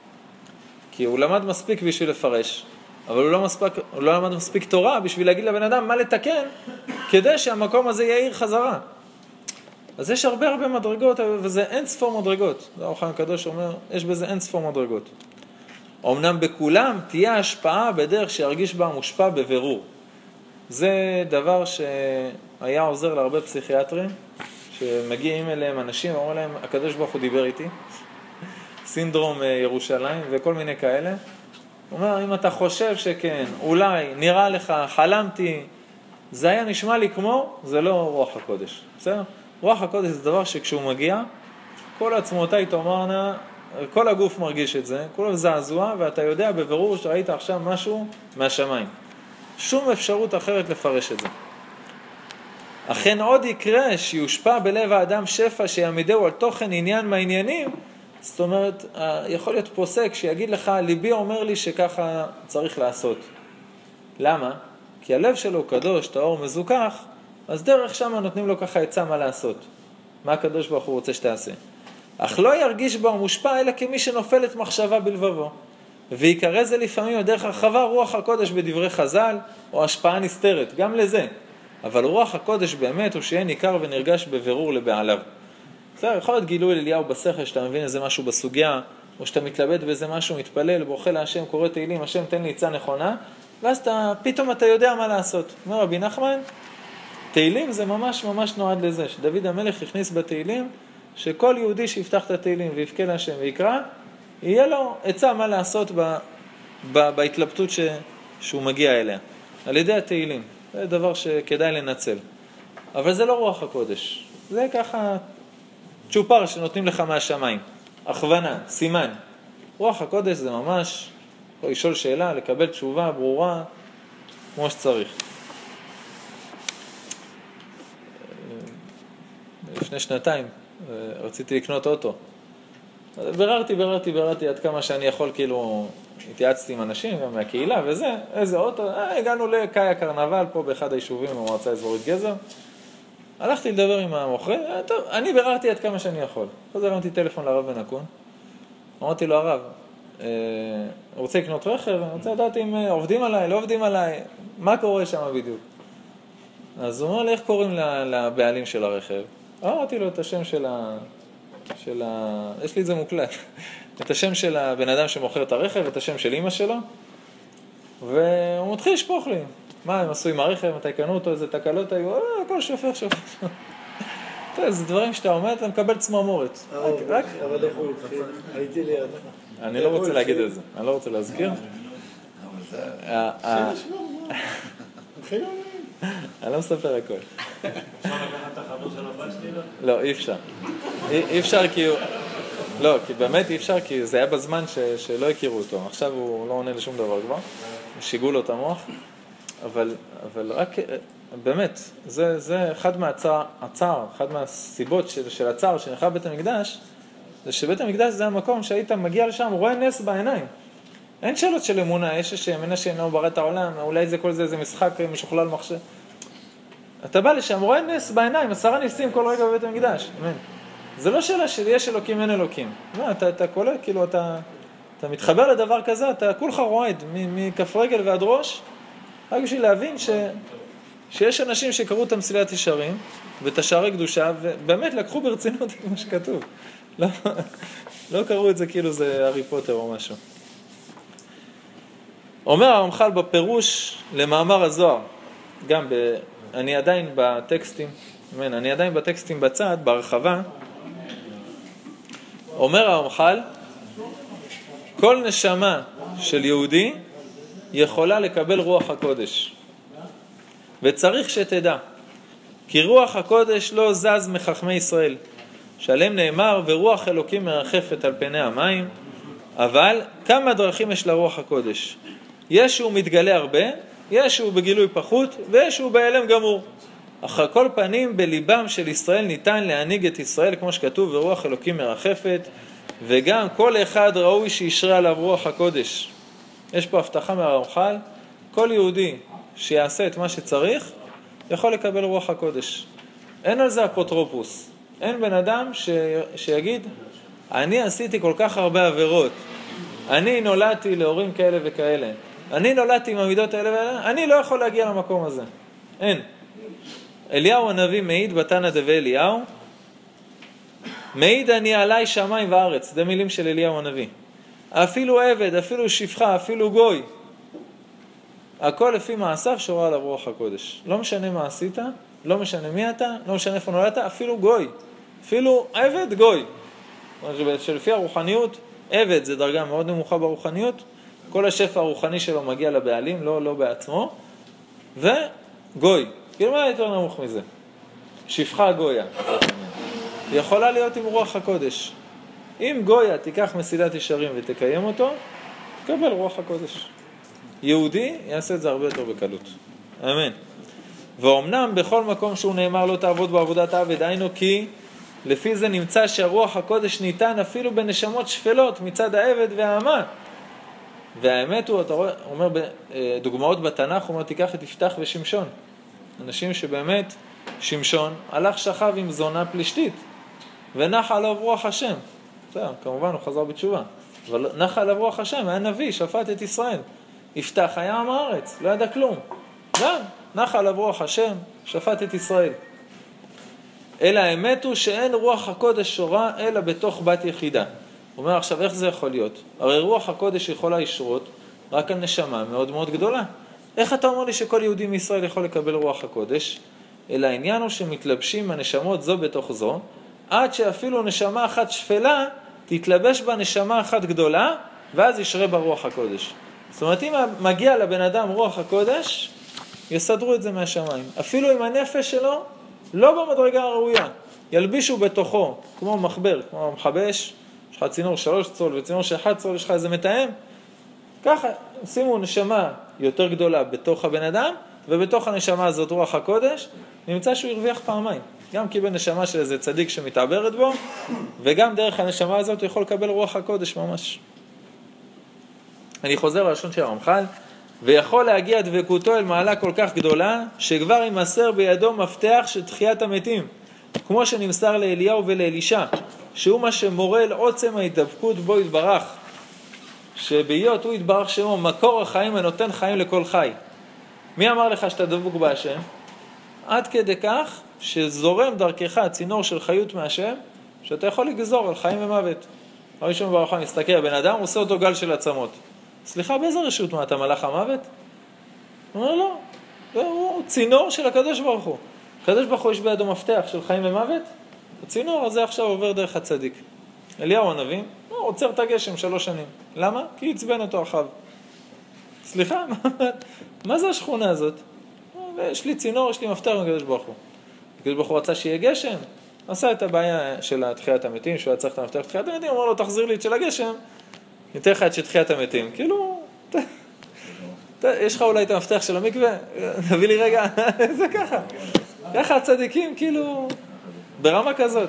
כי הוא למד מספיק בשביל לפרש, אבל הוא לא, מספיק, הוא לא למד מספיק תורה בשביל להגיד לבן אדם מה לתקן, כדי שהמקום הזה יאיר חזרה. אז יש הרבה הרבה מדרגות, וזה אין ספור מדרגות. זה האור החיים הקדוש אומר, יש בזה אין ספור מדרגות. אמנם בכולם תהיה השפעה בדרך שירגיש בה מושפע בבירור. זה דבר שהיה עוזר להרבה פסיכיאטרים, שמגיעים אליהם אנשים ואומרים להם, הקדוש ברוך הוא דיבר איתי, סינדרום ירושלים וכל מיני כאלה. הוא אומר, אם אתה חושב שכן, אולי, נראה לך, חלמתי, זה היה נשמע לי כמו, זה לא רוח הקודש. בסדר? רוח הקודש זה דבר שכשהוא מגיע, כל עצמותיי תאמרנה, כל הגוף מרגיש את זה, כולו זעזוע, ואתה יודע בבירור שראית עכשיו משהו מהשמיים. שום אפשרות אחרת לפרש את זה. אכן עוד יקרה שיושפע בלב האדם שפע שיעמידהו על תוכן עניין מהעניינים, זאת אומרת, יכול להיות פוסק שיגיד לך, ליבי אומר לי שככה צריך לעשות. למה? כי הלב שלו קדוש, טהור, מזוכח, אז דרך שם נותנים לו ככה עצה מה לעשות. מה הקדוש ברוך הוא רוצה שתעשה? אך לא ירגיש בו מושפע אלא כמי שנופלת מחשבה בלבבו. ויקרא זה לפעמים דרך הרחבה רוח הקודש בדברי חז"ל, או השפעה נסתרת, גם לזה. אבל רוח הקודש באמת הוא שיהיה ניכר ונרגש בבירור לבעליו. בסדר, יכול להיות גילוי אליהו בשכל, שאתה מבין איזה משהו בסוגיה, או שאתה מתלבט באיזה משהו, מתפלל, בוכה להשם, קורא תהילים, השם תן לי עצה נכונה, ואז אתה, פתאום אתה יודע מה לעשות. אומר רבי נחמן, תהילים זה ממש ממש נועד לזה, שדוד המלך הכניס בתהילים, שכל יהודי שיפתח את התהילים ויפקה להשם ויקרא, יהיה לו עצה מה לעשות ב, ב, בהתלבטות ש, שהוא מגיע אליה, על ידי התהילים. זה דבר שכדאי לנצל. אבל זה לא רוח הקודש. זה ככה צ'ופר שנותנים לך מהשמיים. הכוונה, סימן. רוח הקודש זה ממש, או לשאול שאלה, לקבל תשובה ברורה, כמו שצריך. לפני שנתיים רציתי לקנות אוטו. בררתי, בררתי, בררתי עד כמה שאני יכול, כאילו, התייעצתי עם אנשים, גם מהקהילה וזה, איזה אוטו, אה, הגענו לקאיה קרנבל פה באחד היישובים במועצה אזורית גזר. הלכתי לדבר עם המוכר, אה, טוב, אני בררתי עד כמה שאני יכול. אז הרמתי טלפון לרב בן אקון, אמרתי לו, הרב, אה, רוצה לקנות רכב, אני רוצה לדעת אם עובדים עליי, לא עובדים עליי, מה קורה שם בדיוק. אז הוא אומר לי, איך קוראים לבעלים של הרכב? אמרתי לו את השם של ה... של ה... יש לי את זה מוקלט. את השם של הבן אדם שמוכר את הרכב, את השם של אמא שלו, והוא מתחיל לשפוך לי. מה הם עשו עם הרכב, מתי קנו אותו, איזה תקלות היו, אה, הכל שופך, שופך. טוב, זה דברים שאתה אומר, אתה מקבל צמרמורת. רק... אבל איך הוא התחיל? הייתי ליד. אני לא רוצה להגיד את זה, אני לא רוצה להזכיר. אני לא מספר הכל. אפשר לקחת את החבר של הבת שלי? לא, אי אפשר. אי אפשר כי הוא... לא, כי באמת אי אפשר, כי זה היה בזמן ש... שלא הכירו אותו. עכשיו הוא לא עונה לשום דבר כבר. שיגעו לו את המוח. אבל, אבל רק, באמת, זה, זה אחד מהצער, הצער, אחד מהסיבות של, של הצער שנחרב בית המקדש, זה שבית המקדש זה המקום שהיית מגיע לשם, הוא רואה נס בעיניים. אין שאלות של אמונה, יש שאמונה שאינו ברא את העולם, אולי זה כל זה, זה משחק משוכלל מחשב. אתה בא לשם, רואה נס בעיניים, עשרה ניסים כל רגע בבית המקדש. אמן. זה לא שאלה של יש אלוקים, אין אלוקים. לא, אתה, אתה קולט, כאילו, אתה, אתה מתחבר לדבר כזה, אתה כולך רועד, מכף רגל ועד ראש, רק בשביל להבין ש... שיש אנשים שקראו את המסילת ישרים, ואת השערי קדושה, ובאמת לקחו ברצינות את מה שכתוב. לא, לא קראו את זה כאילו זה הארי פוטר או משהו. אומר הרמח"ל בפירוש למאמר הזוהר, גם ב... אני עדיין בטקסטים, אני עדיין בטקסטים בצד, בהרחבה, אומר הרמח"ל, כל נשמה של יהודי יכולה לקבל רוח הקודש. וצריך שתדע, כי רוח הקודש לא זז מחכמי ישראל, שעליהם נאמר, ורוח אלוקים מרחפת על פני המים, אבל כמה דרכים יש לרוח הקודש. יש שהוא מתגלה הרבה, יש שהוא בגילוי פחות, ויש שהוא בהיעלם גמור. אחר כל פנים, בליבם של ישראל ניתן להנהיג את ישראל, כמו שכתוב, ורוח אלוקים מרחפת, וגם כל אחד ראוי שישרה עליו רוח הקודש. יש פה הבטחה מהרמח"ל, כל יהודי שיעשה את מה שצריך, יכול לקבל רוח הקודש. אין על זה אפוטרופוס. אין בן אדם ש... שיגיד, אני עשיתי כל כך הרבה עבירות, אני נולדתי להורים כאלה וכאלה, אני נולדתי עם המידות האלה ואלה, אני לא יכול להגיע למקום הזה. אין. אליהו הנביא מעיד בתנא דבי אליהו, מעיד אני עליי שמיים וארץ, זה מילים של אליהו הנביא. אפילו עבד, אפילו שפחה, אפילו גוי, הכל לפי מעשיו שורה עליו רוח הקודש. לא משנה מה עשית, לא משנה מי אתה, לא משנה איפה נולדת, אפילו גוי, אפילו עבד גוי. שלפי הרוחניות, עבד זה דרגה מאוד נמוכה ברוחניות, כל השפע הרוחני שלו מגיע לבעלים, לא, לא בעצמו, וגוי, כאילו מה יותר נמוך מזה? שפחה גויה. יכולה להיות עם רוח הקודש. אם גויה תיקח מסילת ישרים ותקיים אותו, תקבל רוח הקודש. יהודי יעשה את זה הרבה יותר בקלות. אמן. ואומנם בכל מקום שהוא נאמר לא תעבוד בעבודת עבד, היינו כי לפי זה נמצא שהרוח הקודש ניתן אפילו בנשמות שפלות מצד העבד והאמה. והאמת הוא, אתה רואה, אומר דוגמאות בתנ"ך, הוא אומר תיקח את יפתח ושמשון. אנשים שבאמת שמשון הלך שכב עם זונה פלישתית ונחה עליו רוח השם. בסדר, כמובן הוא חזר בתשובה. אבל נחה עליו רוח השם, היה נביא, שפט את ישראל. יפתח היה עם הארץ, לא ידע כלום. גם, נחה עליו רוח השם, שפט את ישראל. אלא האמת הוא שאין רוח הקודש שורה אלא בתוך בת יחידה. הוא אומר עכשיו איך זה יכול להיות? הרי רוח הקודש יכולה לשרות רק על נשמה מאוד מאוד גדולה. איך אתה אומר לי שכל יהודי מישראל יכול לקבל רוח הקודש? אלא העניין הוא שמתלבשים הנשמות זו בתוך זו, עד שאפילו נשמה אחת שפלה תתלבש בה נשמה אחת גדולה, ואז ישרה בה רוח הקודש. זאת אומרת, אם מגיע לבן אדם רוח הקודש, יסדרו את זה מהשמיים. אפילו עם הנפש שלו, לא במדרגה הראויה. ילבישו בתוכו, כמו מחבר, כמו מחבש, יש לך צינור שלוש צול וצינור של אחד צול, יש לך איזה מתאם. ככה, שימו נשמה יותר גדולה בתוך הבן אדם, ובתוך הנשמה הזאת רוח הקודש, נמצא שהוא הרוויח פעמיים. גם קיבל נשמה של איזה צדיק שמתעברת בו, וגם דרך הנשמה הזאת הוא יכול לקבל רוח הקודש ממש. אני חוזר ללשון של הרמח"ל, ויכול להגיע דבקותו אל מעלה כל כך גדולה, שכבר יימסר בידו מפתח של תחיית המתים, כמו שנמסר לאליהו ולאלישע, שהוא מה שמורה אל עוצם ההתדבקות בו יתברך, שבהיות הוא יתברך שמו מקור החיים הנותן חיים לכל חי. מי אמר לך שאתה דבוק בהשם? עד כדי כך שזורם דרכך צינור של חיות מהשם, שאתה יכול לגזור על חיים ומוות. הראשון ברוך הוא מסתכל, הבן אדם עושה אותו גל של עצמות. סליחה, באיזה רשות מה אתה מלאך המוות? הוא אומר לא, הוא צינור של הקדוש ברוך הוא. הקדוש ברוך הוא יש בידו מפתח של חיים ומוות, הצינור הזה עכשיו עובר דרך הצדיק. אליהו הנביא, הוא עוצר את הגשם שלוש שנים. למה? כי יצבן אותו אחאב. סליחה, מה, מה זה השכונה הזאת? יש לי צינור, יש לי מפתח מהקדוש ברוך הוא. הקדוש ברוך הוא רצה שיהיה גשם, עשה את הבעיה של תחיית המתים, שהוא היה צריך את המפתח תחיית המתים, הוא אמר לו תחזיר לי את של הגשם, ניתן לך את של תחיית המתים. כאילו, ת, ת, יש לך אולי את המפתח של המקווה? תביא לי רגע, זה ככה. ככה הצדיקים, כאילו, ברמה כזאת.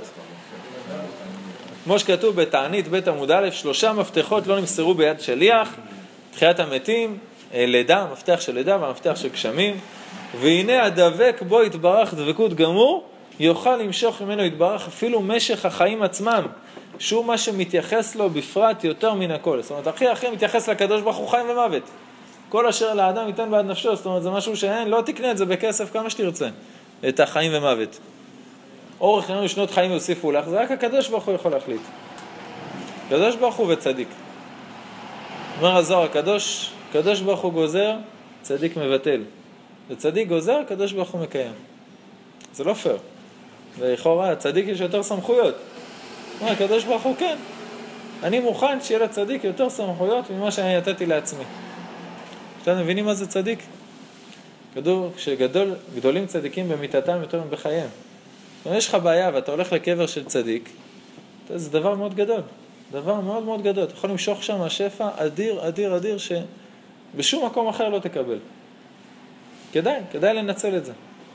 כמו שכתוב בתענית בית עמוד א', שלושה מפתחות לא נמסרו ביד שליח, תחיית המתים, לידה, מפתח של לידה והמפתח של גשמים, והנה הדבק בו יתברך דבקות גמור, יוכל למשוך ממנו יתברך אפילו משך החיים עצמם, שהוא מה שמתייחס לו בפרט יותר מן הכל. זאת אומרת, הכי הכי מתייחס לקדוש ברוך הוא חיים ומוות. כל אשר לאדם ייתן בעד נפשו, זאת אומרת, זה משהו שאין, לא תקנה את זה בכסף כמה שתרצה, את החיים ומוות. אורך ימים ושנות חיים יוסיפו לך, זה רק הקדוש ברוך הוא יכול להחליט. קדוש ברוך הוא וצדיק. אומר הזוהר הקדוש, קדוש ברוך הוא גוזר, צדיק מבטל. וצדיק גוזר, קדוש ברוך הוא מקיים. זה לא פייר. ולכאורה, צדיק יש יותר סמכויות. אומר, קדוש ברוך הוא כן. אני מוכן שיהיה לצדיק יותר סמכויות ממה שאני נתתי לעצמי. אתם מבינים מה זה צדיק? כדור, כשגדולים צדיקים במיתתם יותר מבחייהם. אם יש לך בעיה ואתה הולך לקבר של צדיק, זה דבר מאוד גדול. דבר מאוד מאוד גדול. אתה יכול למשוך שם השפע אדיר, אדיר, אדיר, שבשום מקום אחר לא תקבל. כדאי, כדאי לנצל את זה.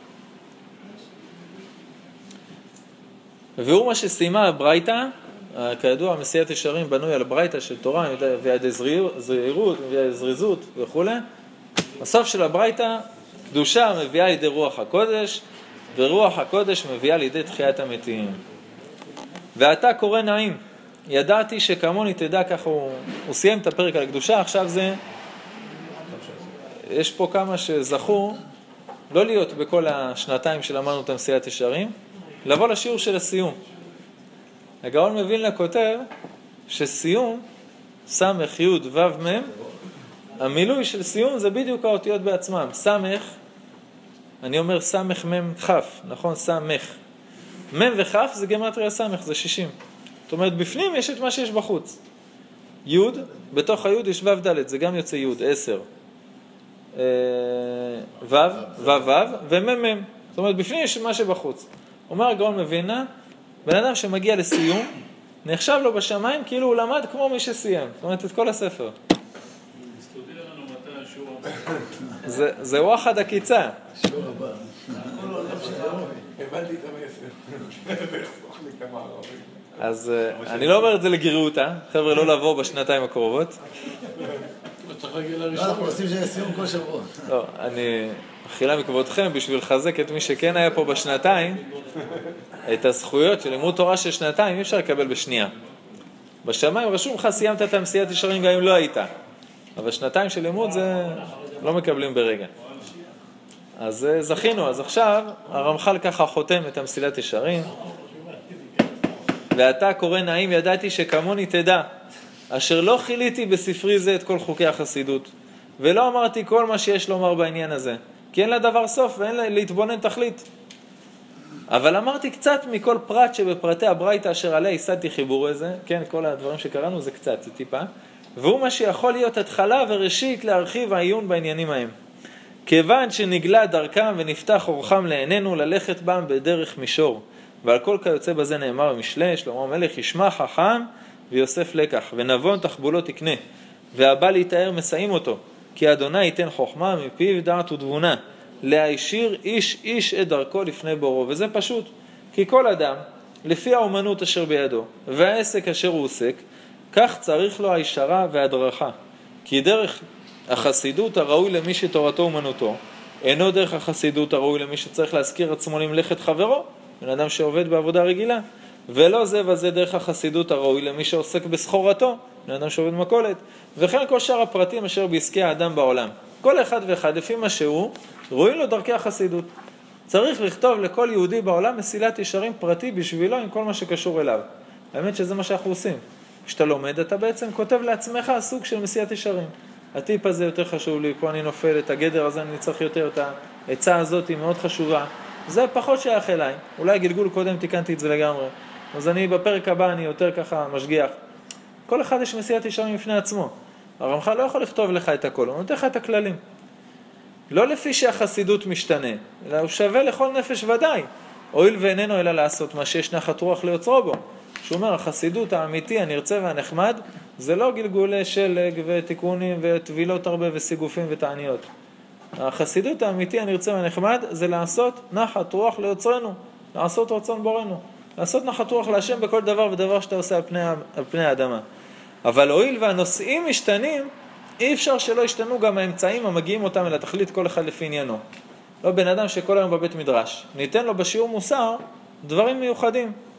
והוא מה שסיימה הברייתא, כידוע, מסיעת ישרים בנוי על הברייתא של תורה, ויד זהירות, ויד זריזות וכו'. הסוף של הברייתא, קדושה מביאה לידי רוח הקודש, ורוח הקודש מביאה לידי תחיית המתים. ואתה קורא נעים, ידעתי שכמוני תדע, ככה הוא, הוא סיים את הפרק על הקדושה, עכשיו זה, יש פה כמה שזכו, לא להיות בכל השנתיים שלמדנו את מסיעת ישרים, לבוא לשיעור של הסיום. הגאון מווילנה כותב שסיום, סמך, י' ו' מ', המילוי של סיום זה בדיוק האותיות בעצמם. סמך, אני אומר סמך מ' כ', נכון? סמך. מ' וכ' זה גמטריה סמך, זה שישים. זאת אומרת, בפנים יש את מה שיש בחוץ. י', בתוך הי' יש ו' ד', זה גם יוצא י', עשר. ו', ו' ו' ומ' מ'. זאת אומרת, בפנים יש מה שבחוץ. אומר הגאון מווילנה, בן אדם שמגיע לסיום, נחשב לו בשמיים כאילו הוא למד כמו מי שסיים. זאת אומרת, את כל הספר. תסתודיע לנו מתי השיעור הבא. זה, זה וואחד הקיצה. שיעור הבא. הבנתי את המסר. זה יחסוך לי כמה ערבים. אז אני לא אומר את זה לגריעותה, חבר'ה לא לבוא בשנתיים הקרובות. אנחנו עושים שזה סיום כל שבוע. לא, אני אכילה מכבודכם בשביל לחזק את מי שכן היה פה בשנתיים, את הזכויות של לימוד תורה של שנתיים אי אפשר לקבל בשנייה. בשמיים רשום לך סיימת את מסיעת ישרים גם אם לא היית. אבל שנתיים של לימוד זה לא מקבלים ברגע. אז זכינו, אז עכשיו הרמח"ל ככה חותם את המסילת ישרים. ואתה קורא נעים ידעתי שכמוני תדע, אשר לא חיליתי בספרי זה את כל חוקי החסידות, ולא אמרתי כל מה שיש לומר בעניין הזה, כי אין לדבר סוף ואין להתבונן תכלית. אבל אמרתי קצת מכל פרט שבפרטי הברייתא אשר עליה ייסדתי חיבור הזה, כן, כל הדברים שקראנו זה קצת, זה טיפה, והוא מה שיכול להיות התחלה וראשית להרחיב העיון בעניינים ההם. כיוון שנגלה דרכם ונפתח אורחם לעינינו ללכת בם בדרך מישור, ועל כל כיוצא בזה נאמר במשלי, שלמה המלך ישמע חכם ויוסף לקח, ונבון תחבולו תקנה, והבא להתאר מסעים אותו, כי אדוני ייתן חוכמה מפיו דעת ותבונה, להישיר איש איש את דרכו לפני בורו. וזה פשוט, כי כל אדם, לפי האומנות אשר בידו, והעסק אשר הוא עוסק, כך צריך לו הישרה והדרכה. כי דרך החסידות הראוי למי שתורתו אומנותו, אינו דרך החסידות הראוי למי שצריך להזכיר עצמו למלאכת חברו, בן אדם שעובד בעבודה רגילה, ולא זה וזה דרך החסידות הראוי למי שעוסק בסחורתו, בן אדם שעובד מכולת, וכן כל שאר הפרטים אשר בעסקי האדם בעולם. כל אחד ואחד לפי מה שהוא, רואים לו דרכי החסידות. צריך לכתוב לכל יהודי בעולם מסילת ישרים פרטי בשבילו עם כל מה שקשור אליו. האמת שזה מה שאנחנו עושים. כשאתה לומד, אתה בעצם כותב לעצמך סוג של מסילת ישרים. הטיפ הזה יותר חשוב לי, פה אני נופל, את הגדר הזה אני צריך יותר, את העצה הזאת היא מאוד חשובה. זה פחות שייך אליי. אולי גלגול קודם תיקנתי את זה לגמרי. אז אני בפרק הבא אני יותר ככה משגיח. כל אחד יש מסילת ישרים לפני עצמו. הרמח"ל לא יכול לכתוב לך את הכל, הוא נותן לך את הכללים. לא לפי שהחסידות משתנה, אלא הוא שווה לכל נפש ודאי. הואיל ואיננו אלא לעשות מה שיש נחת רוח ליוצרו בו. שהוא אומר, החסידות האמיתי, הנרצה והנחמד, זה לא גלגולי שלג ותיקונים וטבילות הרבה וסיגופים ותעניות. החסידות האמיתי, הנרצה והנחמד, זה לעשות נחת רוח ליוצרנו, לעשות רצון בורנו, לעשות נחת רוח להשם בכל דבר ודבר שאתה עושה על פני, על פני האדמה. אבל הואיל והנושאים משתנים, אי אפשר שלא ישתנו גם האמצעים המגיעים אותם אל התכלית כל אחד לפי עניינו. לא בן אדם שכל היום בבית מדרש. ניתן לו בשיעור מוסר דברים מיוחדים.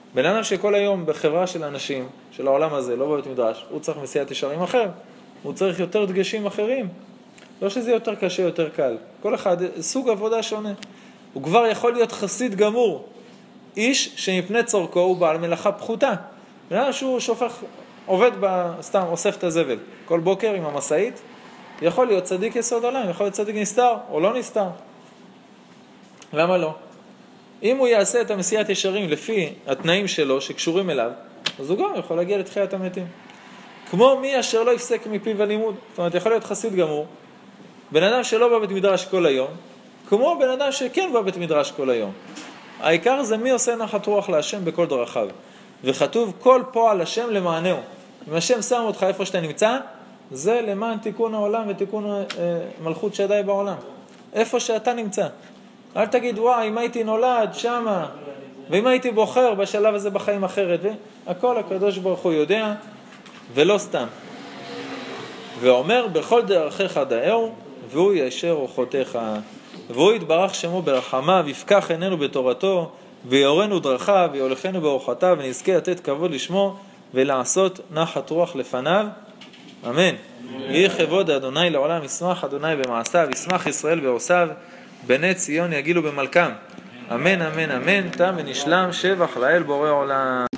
בן אדם שכל היום בחברה של אנשים, של העולם הזה, לא בבית מדרש, הוא צריך מסיעת ישרים אחר, הוא צריך יותר דגשים אחרים. לא שזה יותר קשה, יותר קל. כל אחד, סוג עבודה שונה. הוא כבר יכול להיות חסיד גמור. איש שמפני צורכו הוא בעל מלאכה פחותה. בן אדם שהוא שופך, עובד ב, סתם, אוסף את הזבל. כל בוקר עם המסעית, יכול להיות צדיק יסוד עולם, יכול להיות צדיק נסתר או לא נסתר. למה לא? אם הוא יעשה את המסיעת ישרים לפי התנאים שלו שקשורים אליו, אז הוא גם יכול להגיע לתחיית המתים. כמו מי אשר לא יפסק מפיו הלימוד. זאת אומרת, יכול להיות חסיד גמור, בן אדם שלא בא בית מדרש כל היום, כמו בן אדם שכן בא בית מדרש כל היום. העיקר זה מי עושה נחת רוח להשם בכל דרכיו. וכתוב כל פועל השם למענהו. אם השם שם אותך איפה שאתה נמצא, זה למען תיקון העולם ותיקון אה, מלכות שדי בעולם. איפה שאתה נמצא. אל תגיד, וואי, אם הייתי נולד שמה, ואם הייתי בוחר בשלב הזה בחיים אחרת, הכל הקדוש ברוך הוא יודע, ולא סתם. ואומר, בכל דרכיך דאהו, והוא ישר אורחותיך. והוא יתברך שמו ברחמיו, יפקח עינינו בתורתו, ויורנו דרכיו, ויולכנו באורחותיו, ונזכה לתת כבוד לשמו, ולעשות נחת רוח לפניו. אמן. יהי כבוד אדוני לעולם, ישמח אדוני במעשיו, ישמח ישראל בעושיו, בני ציון יגילו במלכם. אמן, אמן, אמן. תם ונשלם, שבח לאל בורא עולם.